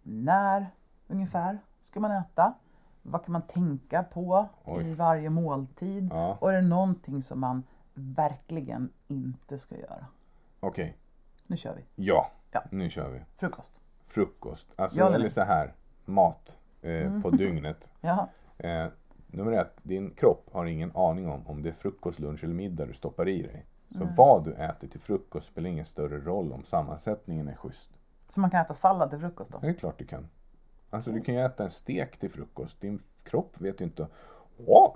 När ungefär ska man äta? Vad kan man tänka på Oj. i varje måltid? Ja. Och är det någonting som man verkligen inte ska göra? Okej. Okay. Nu kör vi. Ja, ja, nu kör vi. Frukost. Frukost. Alltså, eller, eller så här, mat eh, mm. på dygnet. Jaha. Eh, nummer ett, din kropp har ingen aning om om det är frukost, lunch eller middag du stoppar i dig. Så mm. vad du äter till frukost spelar ingen större roll om sammansättningen är schysst. Så man kan äta sallad till frukost då? Det är klart du kan. Alltså du kan ju äta en stek till frukost. Din kropp vet ju inte, åh,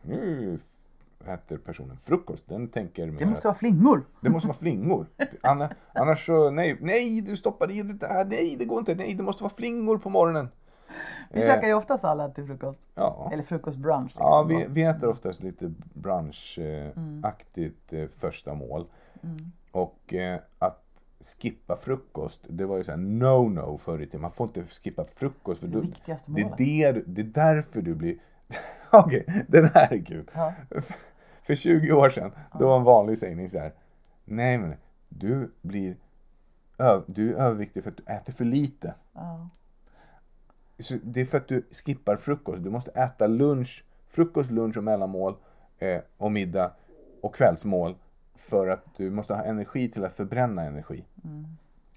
nu äter personen frukost. Den tänker mer det måste vara flingor. Det måste vara flingor. Anna, annars så, nej, nej, du stoppar i det där. Nej, det går inte. Nej, det måste vara flingor på morgonen. Vi eh, käkar ju ofta sallad till frukost. Ja. Eller frukostbrunch. Liksom. Ja, vi, vi äter oftast lite brunchaktigt eh, mm. första mål. Mm. Och eh, att skippa frukost, det var ju så här no-no förr i tiden. Man får inte skippa frukost. För Det du, viktigaste det, är målet. det, det är därför du blir... Okej, okay, den här är kul. Ja. För tjugo år sedan, då var en vanlig sägning så här. Nej men, du blir ö- du är överviktig för att du äter för lite. Ja. Så det är för att du skippar frukost. Du måste äta lunch, frukost, lunch och mellanmål eh, och middag och kvällsmål för att du måste ha energi till att förbränna energi. Mm.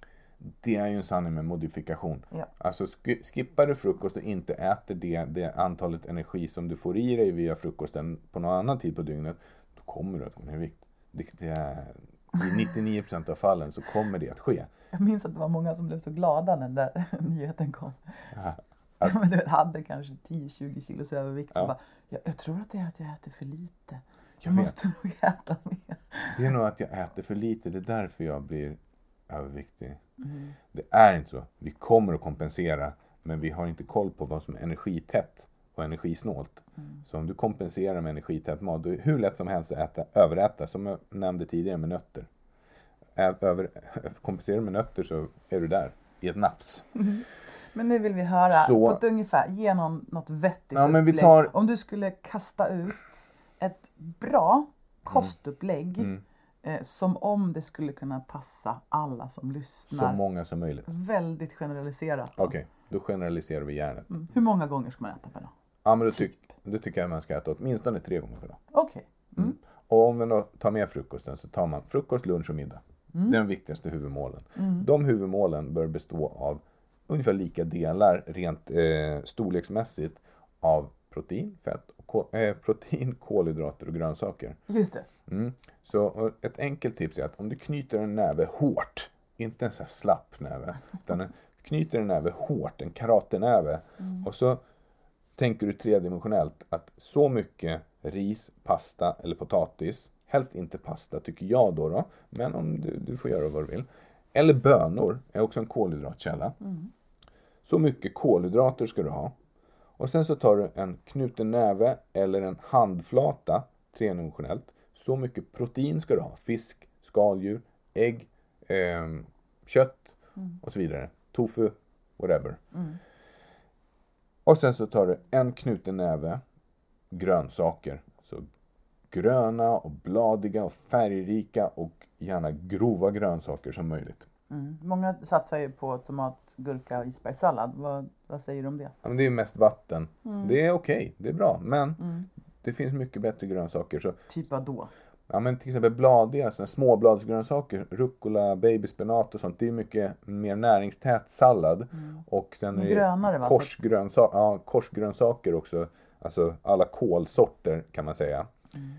Det är ju en sanning med modifikation. Ja. Alltså sk- skippar du frukost och inte äter det, det antalet energi som du får i dig via frukosten på någon annan tid på dygnet, då kommer du att gå ner i vikt. Det, det är, i nittionio procent av fallen så kommer det att ske. Jag minns att det var många som blev så glada när den där nyheten kom. Ja. Att... Men du vet, hade kanske tio till tjugo kilos övervikt. Ja. Så bara, jag, jag tror att det är att jag äter för lite. Jag, Jag måste nog äta mer. Det är nog att jag äter för lite. Det är därför jag blir överviktig. Mm. Det är inte så. Vi kommer att kompensera, men vi har inte koll på vad som är energitätt och energisnålt. Mm. Så om du kompenserar med energitätt mat, då är det hur lätt som helst att äta, överäta, som jag nämnde tidigare med nötter. Ä- Över, kompenserar med nötter så är du där i ett nafs. Mm. Men nu vill vi höra Så- på ett ungefär, ge någon, något vettigt Ja, men vi upplägg. tar- Om du skulle kasta ut ett bra kostupplägg Mm. eh, som om det skulle kunna passa alla som Så lyssnar. många som möjligt. Väldigt generaliserat. då. Okej, då generaliserar vi hjärnet. Mm. Hur många gånger ska man äta per dag? Ja, men då, tyck, då tycker jag man ska äta åtminstone tre gånger per dag. Okej. Mm. Och om vi då tar med frukosten så tar man frukost, lunch och middag. Mm. Det är de viktigaste huvudmålen. De huvudmålen bör bestå av ungefär lika delar rent eh, storleksmässigt av protein, fett, och kol, eh, protein, kolhydrater och grönsaker. Just det. Mm. Så och ett enkelt tips är att om du knyter en näve hårt, inte en så här slapp näve, utan en, knyter en näve hårt, en karatenäve, och så tänker du tredimensionellt att så mycket ris, pasta eller potatis, helst inte pasta tycker jag då, då men om du, du får göra vad du vill. Eller bönor är också en kolhydratkälla. Mm. Så mycket kolhydrater ska du ha. Och sen så tar du en knuten näve eller en handflata, tredimensionellt. Så mycket protein ska du ha. Fisk, skaldjur, ägg, eh, kött och så vidare. Tofu, whatever. Mm. Och sen så tar du en knuten näve grönsaker. Så gröna och bladiga och färgrika och gärna grova grönsaker som möjligt. Mm. Många satsar ju på tomat, gurka och isbergssallad. Vad, vad säger du om det? Ja, men det är mest vatten. Det är okej, det är bra. Men Mm. det finns mycket bättre grönsaker. Så, Typ vad då? ja, men till exempel bladiga, såna småbladsgrönsaker, rucola, babyspenat och sånt. Det är mycket mer näringstät sallad. Och sen är det Grönare, va? korsgrönsa- ja, korsgrönsaker också. Alltså alla kålsorter kan man säga.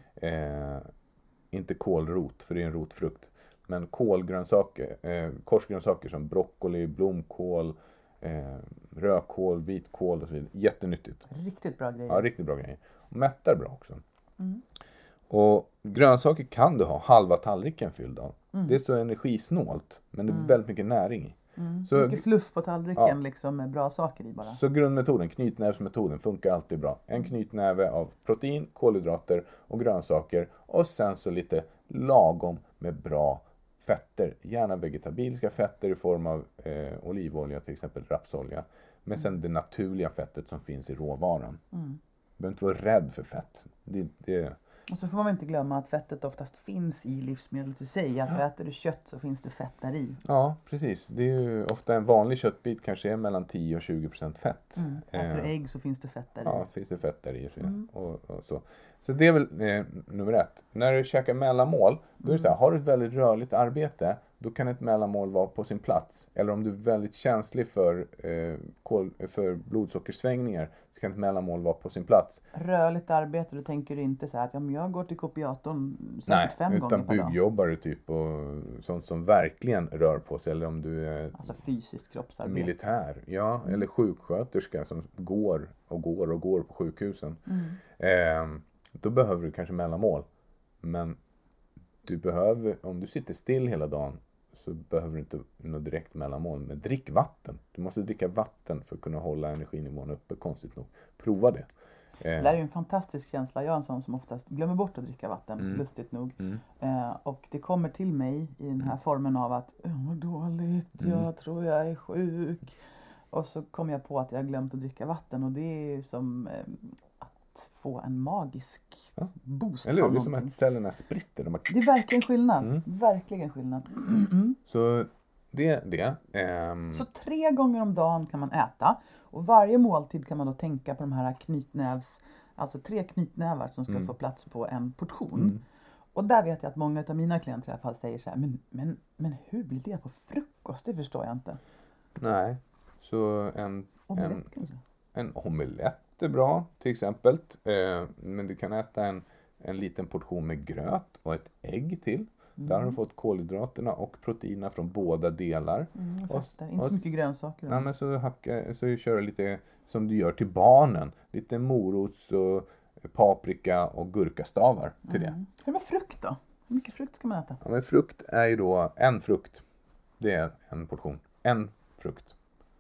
Eh, inte kålrot, för det är en rotfrukt. Men kålgrönsaker, eh, korsgrönsaker som broccoli, blomkål, eh, rödkål, vitkål och så vidare. Jättenyttigt. Riktigt bra grejer. Ja, riktigt bra grejer. Och mättar bra också. Mm. Och grönsaker kan du ha halva tallriken fylld av. Det är så energisnålt, men det är väldigt mycket näring i. Mm. Så, Mycket fluff på tallriken Ja. liksom med bra saker i bara. så grundmetoden, knytnävsmetoden, funkar alltid bra. En knytnäve av protein, kolhydrater och grönsaker. Och sen så lite lagom med bra fetter. Gärna vegetabiliska fetter i form av eh, olivolja, till exempel rapsolja. Men sen det naturliga fettet som finns i råvaran. Mm. Du behöver inte vara rädd för fett. Det, det, Och så får man väl inte glömma att fettet oftast finns i livsmedlet i sig. Alltså äter du kött så finns det fett där i. ja, precis. Det är ju ofta en vanlig köttbit kanske är mellan tio och tjugo procent fett. Mm. Äter du Eh, ägg så finns det fett där Ja, i. finns det fett där i och så, Mm. och, och så. Så det är väl eh, nummer ett. När du käkar mellanmål, då är det så här, har du ett väldigt rörligt arbete, då kan ett mellanmål vara på sin plats. Eller om du är väldigt känslig för, eh, kol, för blodsockersvängningar, så kan ett mellanmål vara på sin plats. Rörligt arbete, då tänker du inte så här att ja, men jag går till kopiatorn säkert fem gånger utan per dag. byggjobbare typ och sånt som verkligen rör på sig. Eller om du är Alltså fysiskt kroppsarbete. militär, ja, eller sjuksköterska som går och går och går på sjukhusen. Mm. Eh, då behöver du kanske mellanmål. Men du behöver, om du sitter still hela dagen, så behöver du inte något direkt mellanmål. Men drick vatten. Du måste dricka vatten för att kunna hålla energinivån uppe, konstigt nog. Prova det. Det där är ju en fantastisk känsla. Jag är en sån som oftast glömmer bort att dricka vatten, mm. lustigt nog. Mm. Eh, och det kommer till mig i den här mm. formen av att jag mår dåligt, mm. jag tror jag är sjuk. Och så kommer jag på att jag har glömt att dricka vatten. Och det är ju som eh, att få en magisk ja. boost. Eller hur? Det är som att cellerna spritter. De har... Det är verkligen skillnad. Mm. Verkligen skillnad. Mm. Så det är det. Um... Så tre gånger om dagen kan man äta. Och varje måltid kan man då tänka på de här knytnävs... Alltså tre knytnävar som ska mm. få plats på en portion. Mm. Och där vet jag att många av mina klienter i alla fall säger så här. Men, men, men hur blir det på frukost? Det förstår jag inte. Nej. Så en... Omelett en, kanske? En omelett är bra till exempel. Eh, men du kan äta en, en liten portion med gröt och ett ägg till. Mm. Där har du fått kolhydraterna och proteinerna från båda delar. Mm, och, inte så mycket grönsaker. Nej, men så, hacka, så kör du lite som du gör till barnen. Lite morots och paprika och gurkastavar till mm. det. Hur med frukt då? Hur mycket frukt ska man äta? Ja, men frukt är ju då en frukt. Det är en portion. En frukt.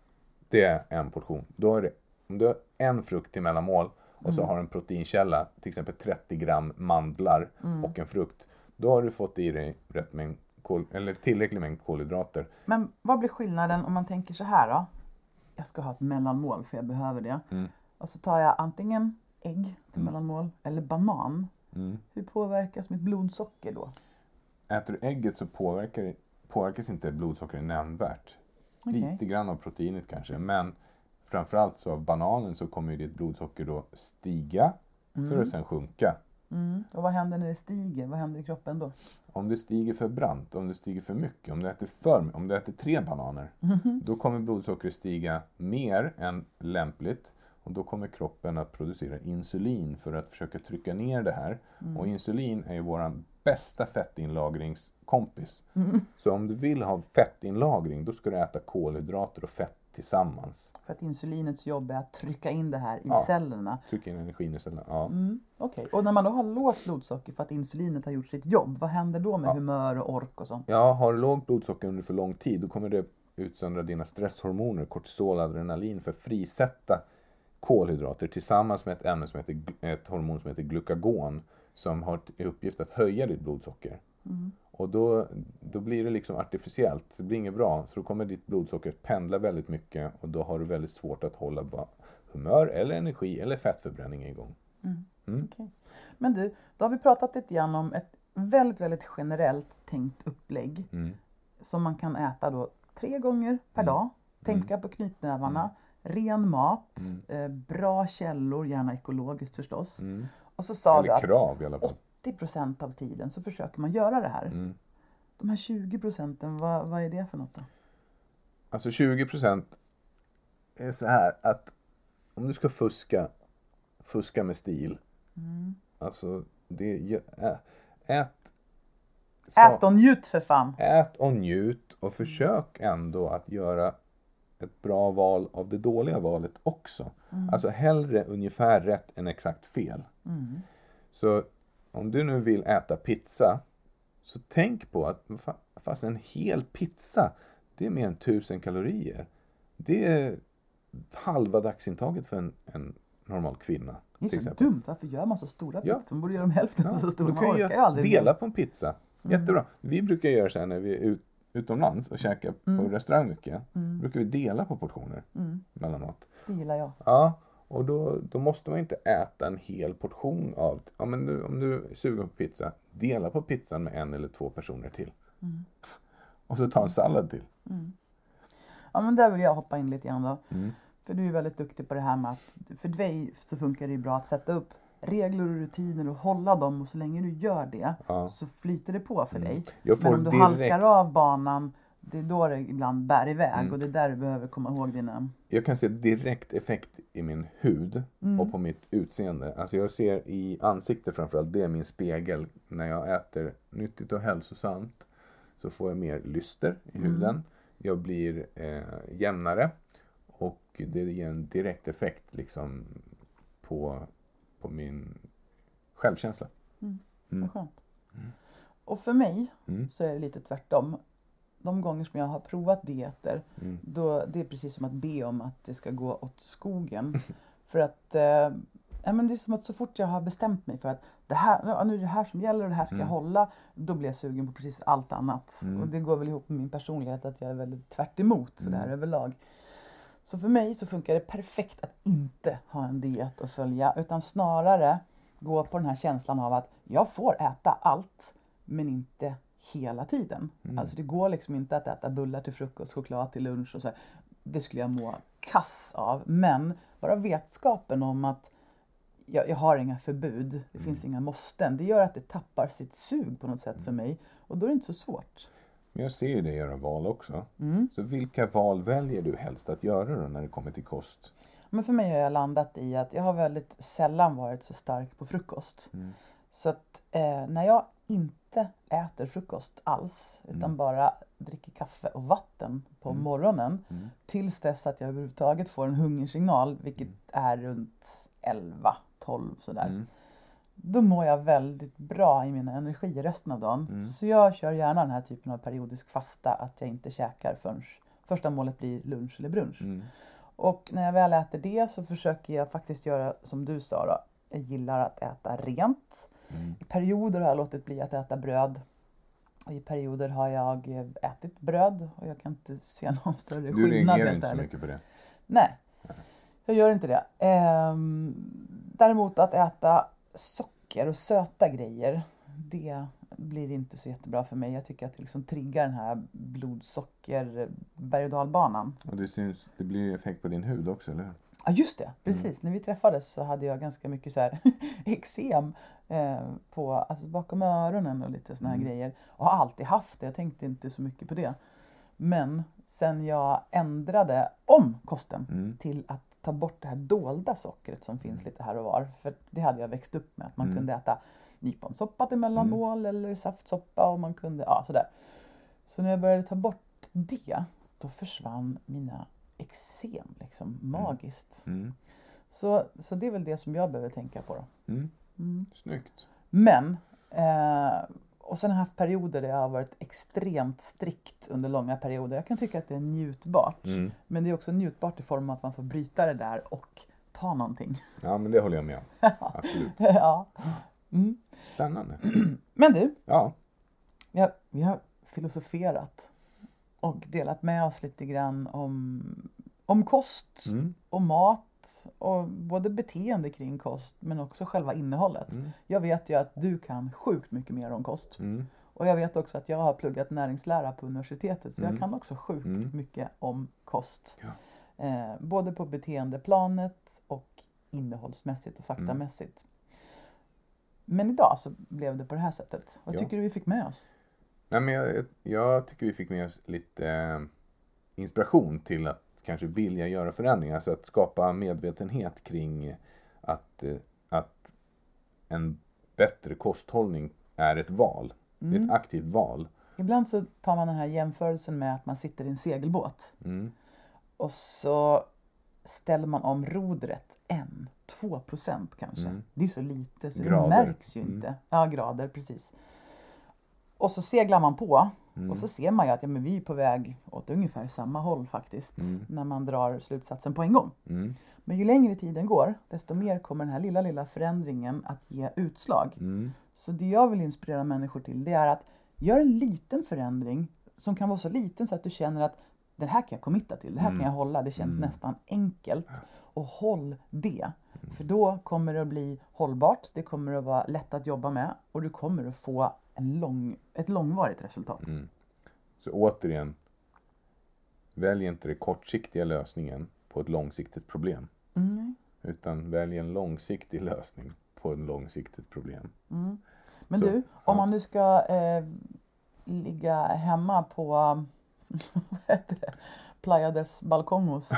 Det är en portion. Då är det, om du har en frukt till mellanmål och så mm. har en proteinkälla, till exempel trettio gram mandlar mm. och en frukt. Då har du fått i dig rätt mängd kol, eller tillräcklig mängd kolhydrater. Men vad blir skillnaden om man tänker så här då? Jag ska ha ett mellanmål för jag behöver det. Mm. Och så tar jag antingen ägg till mm. mellanmål eller banan. Mm. Hur påverkas mitt blodsocker då? Äter du ägget så påverkar, påverkas inte blodsockret nämnvärt. Okay. Lite grann av proteinet kanske. Men framförallt så av bananen så kommer ju ditt blodsocker då stiga mm. för att sen sjunka. Mm. Och vad händer när det stiger? Vad händer i kroppen då? Om det stiger för brant, om det stiger för mycket, om du äter för om du äter tre bananer, mm. då kommer blodsockret stiga mer än lämpligt. Och då kommer kroppen att producera insulin för att försöka trycka ner det här. Mm. Och insulin är ju våran bästa fettinlagringskompis. Mm. Så om du vill ha fettinlagring, då ska du äta kolhydrater och fett tillsammans. För att insulinets jobb är att trycka in det här i ja, cellerna. Trycka in energin i cellerna, ja. Mm, Okej, okay. Och när man då har lågt blodsocker för att insulinet har gjort sitt jobb, vad händer då med ja. humör och ork och sånt? Ja, har du lågt blodsocker under för lång tid, då kommer det utsöndra dina stresshormoner, kortisol, adrenalin, för att frisätta kolhydrater tillsammans med ett ämne som heter, ett hormon som heter glukagon, som har till uppgift att höja ditt blodsocker. Mm. Och då, då blir det liksom artificiellt. Det blir inget bra. Så då kommer ditt blodsocker pendla väldigt mycket. Och då har du väldigt svårt att hålla humör eller energi eller fettförbränning igång. Mm. Mm. Okay. Men du, då har vi pratat lite grann om ett väldigt, väldigt generellt tänkt upplägg. Mm. Som man kan äta då tre gånger per mm. dag. Tänka mm. på knytnävarna. Mm. Ren mat. Mm. Eh, bra källor, gärna ekologiskt förstås. Mm. Och så sa eller du att krav i alla fall. åttio procent av tiden så försöker man göra det här. Mm. De här tjugo procenten, vad, vad är det för något då? Alltså tjugo procent är så här att om du ska fuska, fuska med stil. Mm. Alltså, det ä, ät. Så, ät och njut för fan. Ät och njut och försök ändå att göra ett bra val av det dåliga valet också. Mm. Alltså hellre ungefär rätt än exakt fel. Mm. Så om du nu vill äta pizza, så tänk på att fast en hel pizza, det är mer än tusen kalorier. Det är halva dagsintaget för en, en normal kvinna. Det är så exempel. Dumt, varför gör man så stora pizzor? Ja. Man borde göra dem hälften ja. så stora. Man orkar ju aldrig dela på en pizza. Mm. Jättebra. Vi brukar göra så här när vi är ut, utomlands och käkar mm. på restaurang mycket. Mm. brukar vi dela på portioner mm. mellanåt. Det gillar jag. Ja. Och då, då måste man inte äta en hel portion av... Ja, men nu, om du är sugen på pizza, dela på pizzan med en eller två personer till. Mm. Och så ta en sallad till. Mm. Ja, men där vill jag hoppa in lite grann då. Mm. För du är väldigt duktig på det här med att... För dig så funkar det ju bra att sätta upp regler och rutiner och hålla dem. Och så länge du gör det ja. så flyter det på för mm. dig. Men om du direkt... halkar av banan... Det är då det ibland bär iväg mm. och det är där du behöver komma ihåg dina... Jag kan se direkt effekt i min hud mm. och på mitt utseende. Alltså jag ser i ansiktet framförallt, det är min spegel. När jag äter nyttigt och hälsosamt så får jag mer lyster i huden. Mm. Jag blir eh, jämnare och det ger en direkt effekt liksom på, på min självkänsla. Mm. Mm. Vad skönt. Mm. Och för mig mm. så är det lite tvärtom. De gånger som jag har provat dieter, mm. då det är precis som att be om att det ska gå åt skogen. För att eh, Ja, men det är som att så fort jag har bestämt mig för att det här, ja, nu är det här som gäller och det här ska Mm. jag hålla, då blir jag sugen på precis allt annat. Mm. Och det går väl ihop med min personlighet att jag är väldigt tvärt emot sådär Mm. överlag. Så för mig så funkar det perfekt att inte ha en diet att följa, utan snarare gå på den här känslan av att jag får äta allt, men inte hela tiden. Mm. Alltså det går liksom inte att äta bullar till frukost, choklad till lunch och så. Det skulle jag må kass av. Men bara vetskapen om att jag, jag har inga förbud, det Mm. finns inga måsten. Det gör att det tappar sitt sug på något sätt för mig. Och då är det inte så svårt. Men jag ser ju det i era val också. Mm. Så vilka val väljer du helst att göra då när det kommer till kost? Men för mig har jag landat i att jag har väldigt sällan varit så stark på frukost. Mm. Så att eh, när jag inte äter frukost alls, utan Mm. bara dricker kaffe och vatten på Mm. morgonen, Mm. tills dess att jag överhuvudtaget får en hungersignal, vilket är runt elva tolv sådär. Mm. Då mår jag väldigt bra i mina energi resten av dagen. Mm. Så jag kör gärna den här typen av periodisk fasta, att jag inte käkar förrän första målet blir lunch eller brunch. Mm. Och när jag väl äter det så försöker jag faktiskt göra som du sa då. Jag gillar att äta rent. Mm. I perioder har jag låtit bli att äta bröd. Och i perioder har jag ätit bröd och jag kan inte se någon större Du skillnad. reagerar helt inte så ärligt. mycket på det? Nej, jag gör inte det. Ehm, däremot att äta socker och söta grejer, det blir inte så jättebra för mig. Jag tycker att det liksom triggar den här blodsocker berg- och dalbanan. Och det syns, det blir effekt på din hud också, eller hur? Ja just det, precis. När vi träffades så hade jag ganska mycket så här eksem eh, på, alltså bakom öronen och lite såna här Mm. grejer. Och har alltid haft det, jag tänkte inte så mycket på det. Men sen jag ändrade om kosten Mm. till att ta bort det här dolda sockret som finns lite här och var. För det hade jag växt upp med, att man Mm. kunde äta nyponsoppa till mellanmål eller saftsoppa och man kunde, ja sådär. Så när jag började ta bort det, då försvann mina eksem liksom magiskt. Mm. Så, så det är väl det som jag behöver tänka på då. Mm. Mm. Snyggt. Men, eh, och sen har jag haft perioder där jag har varit extremt strikt under långa perioder. Jag kan tycka att det är njutbart. Mm. Men det är också njutbart i form av att man får bryta det där och ta någonting. Ja, men det håller jag med om. Absolut. Ja. Mm. Spännande. Men du, Ja. vi har, vi har filosoferat och delat med oss lite grann om, om kost Mm. och mat och både beteende kring kost men också själva innehållet. Mm. Jag vet ju att du kan sjukt mycket mer om kost. Mm. Och jag vet också att jag har pluggat näringslära på universitetet så Mm. jag kan också sjukt Mm. mycket om kost. Ja. Eh, både på beteendeplanet och innehållsmässigt och faktamässigt. Men idag så blev det på det här sättet. Vad Ja. tycker du vi fick med oss? Nej, men jag, jag tycker vi fick med oss lite eh, inspiration till att kanske vilja göra förändringar. Alltså att skapa medvetenhet kring att, eh, att en bättre kosthållning är ett val. Det är ett Mm. aktivt val. Ibland så tar man den här jämförelsen med att man sitter i en segelbåt. Mm. Och så ställer man om rodret en, två procent kanske. Mm. Det är så lite så Grader. det märks ju Mm. inte. Ja, grader, precis. Och så seglar man på. Mm. Och så ser man ju att ja, men vi är på väg åt ungefär samma håll faktiskt. Mm. När man drar slutsatsen på en gång. Mm. Men ju längre tiden går, desto mer kommer den här lilla, lilla förändringen att ge utslag. Mm. Så det jag vill inspirera människor till, det är att göra en liten förändring som kan vara så liten så att du känner att den här kan jag committa till, det här Mm. kan jag hålla, det känns Mm. nästan enkelt. Och håll det. För då kommer det att bli hållbart, det kommer att vara lätt att jobba med och du kommer att få en lång, ett långvarigt resultat. Mm. Så återigen, välj inte den kortsiktiga lösningen på ett långsiktigt problem. Mm. Utan välj en långsiktig lösning på ett långsiktigt problem. Mm. Men Så, du, om ja. man nu ska eh, ligga hemma på vad heter det? Playa des Balcongos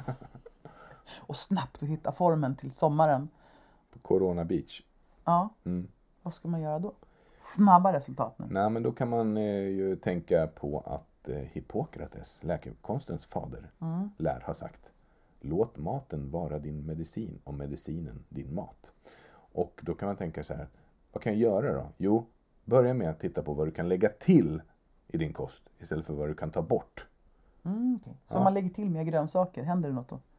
och snabbt hitta formen till sommaren. På Corona Beach. Ja, Mm. vad ska man göra då? Snabba resultat nu. Nej, men då kan man eh, ju tänka på att eh, Hippokrates, läkekonstens fader, Mm. lär ha sagt: låt maten vara din medicin och medicinen din mat. Och då kan man tänka så här, vad kan jag göra då? Jo, börja med att titta på vad du kan lägga till i din kost istället för vad du kan ta bort. Mm, okay. Så Ja. om man lägger till mer grönsaker, händer det något då?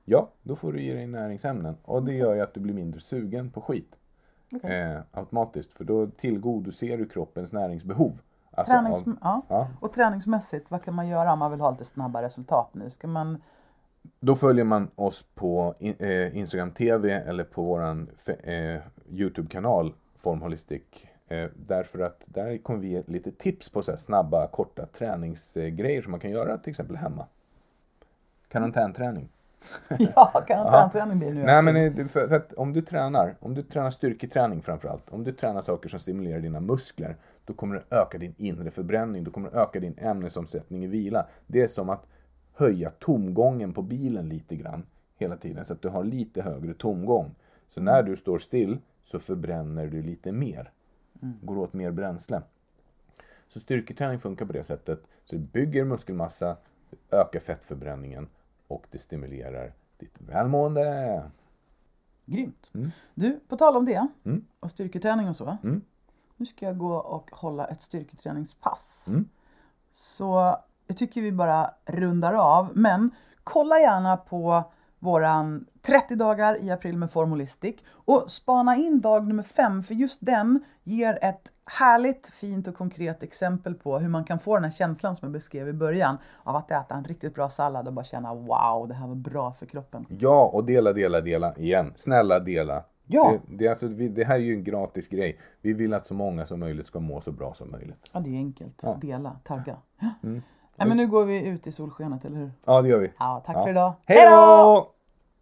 Ja, då får du i dig näringsämnen. Och det gör ju att du blir mindre sugen på skit. Okay. Eh, automatiskt. För då tillgodoser du kroppens näringsbehov. Alltså Tränings- av, ja. Ja. Och träningsmässigt, vad kan man göra om man vill ha lite snabba resultat nu? Ska man... Då följer man oss på in, eh, Instagram T V eller på våran eh, YouTube-kanal Form Holistic. Eh, därför att där kommer vi ge lite tips på så här snabba, korta träningsgrejer som man kan göra till exempel hemma. Karantänträning. Ja, karantänträning blir nu. Nej, men för, för att om du tränar, om du tränar styrketräning framförallt, om du tränar saker som stimulerar dina muskler, då kommer det öka din inre förbränning, då kommer det öka din ämnesomsättning i vila. Det är som att höja tomgången på bilen lite grann hela tiden, så att du har lite högre tomgång. Så när du står still så förbränner du lite mer. Går åt mer bränsle. Så styrketräning funkar på det sättet. Så det bygger muskelmassa, det ökar fettförbränningen och det stimulerar ditt välmående. Grymt. Mm. Du, på tal om det, Mm. och styrketräning och så. Mm. Nu ska jag gå och hålla ett styrketräningspass. Mm. Så jag tycker vi bara rundar av. Men kolla gärna på våran trettio dagar i april med Form Holistic. Och spana in dag nummer fem, för just den ger ett härligt, fint och konkret exempel på hur man kan få den här känslan som jag beskrev i början av att äta en riktigt bra sallad och bara känna wow, det här var bra för kroppen. Ja, och dela, dela, dela igen. Snälla dela. Ja. Det, det, är alltså, vi, det här är ju en gratis grej. Vi vill att så många som möjligt ska må så bra som möjligt. Ja, det är enkelt. Ja. Dela, tagga. Mm. Nej, men nu går vi ut i solskenet, eller hur? Ja, det gör vi. Ja, tack Ja. för idag. Hej då!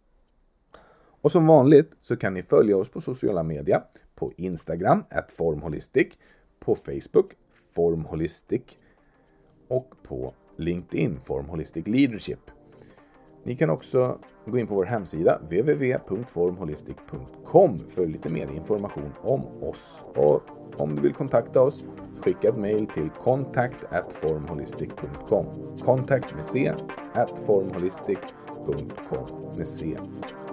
Och som vanligt så kan ni följa oss på sociala medier. På Instagram, at formholistic. På Facebook, formholistic. Och på LinkedIn, Form Holistic Leadership. Ni kan också gå in på vår hemsida w w w punkt form holistic punkt com för lite mer information om oss. Och om du vill kontakta oss, skicka ett mejl till contact at formholistic punkt com. Contact med C, at formholistic punkt com med C.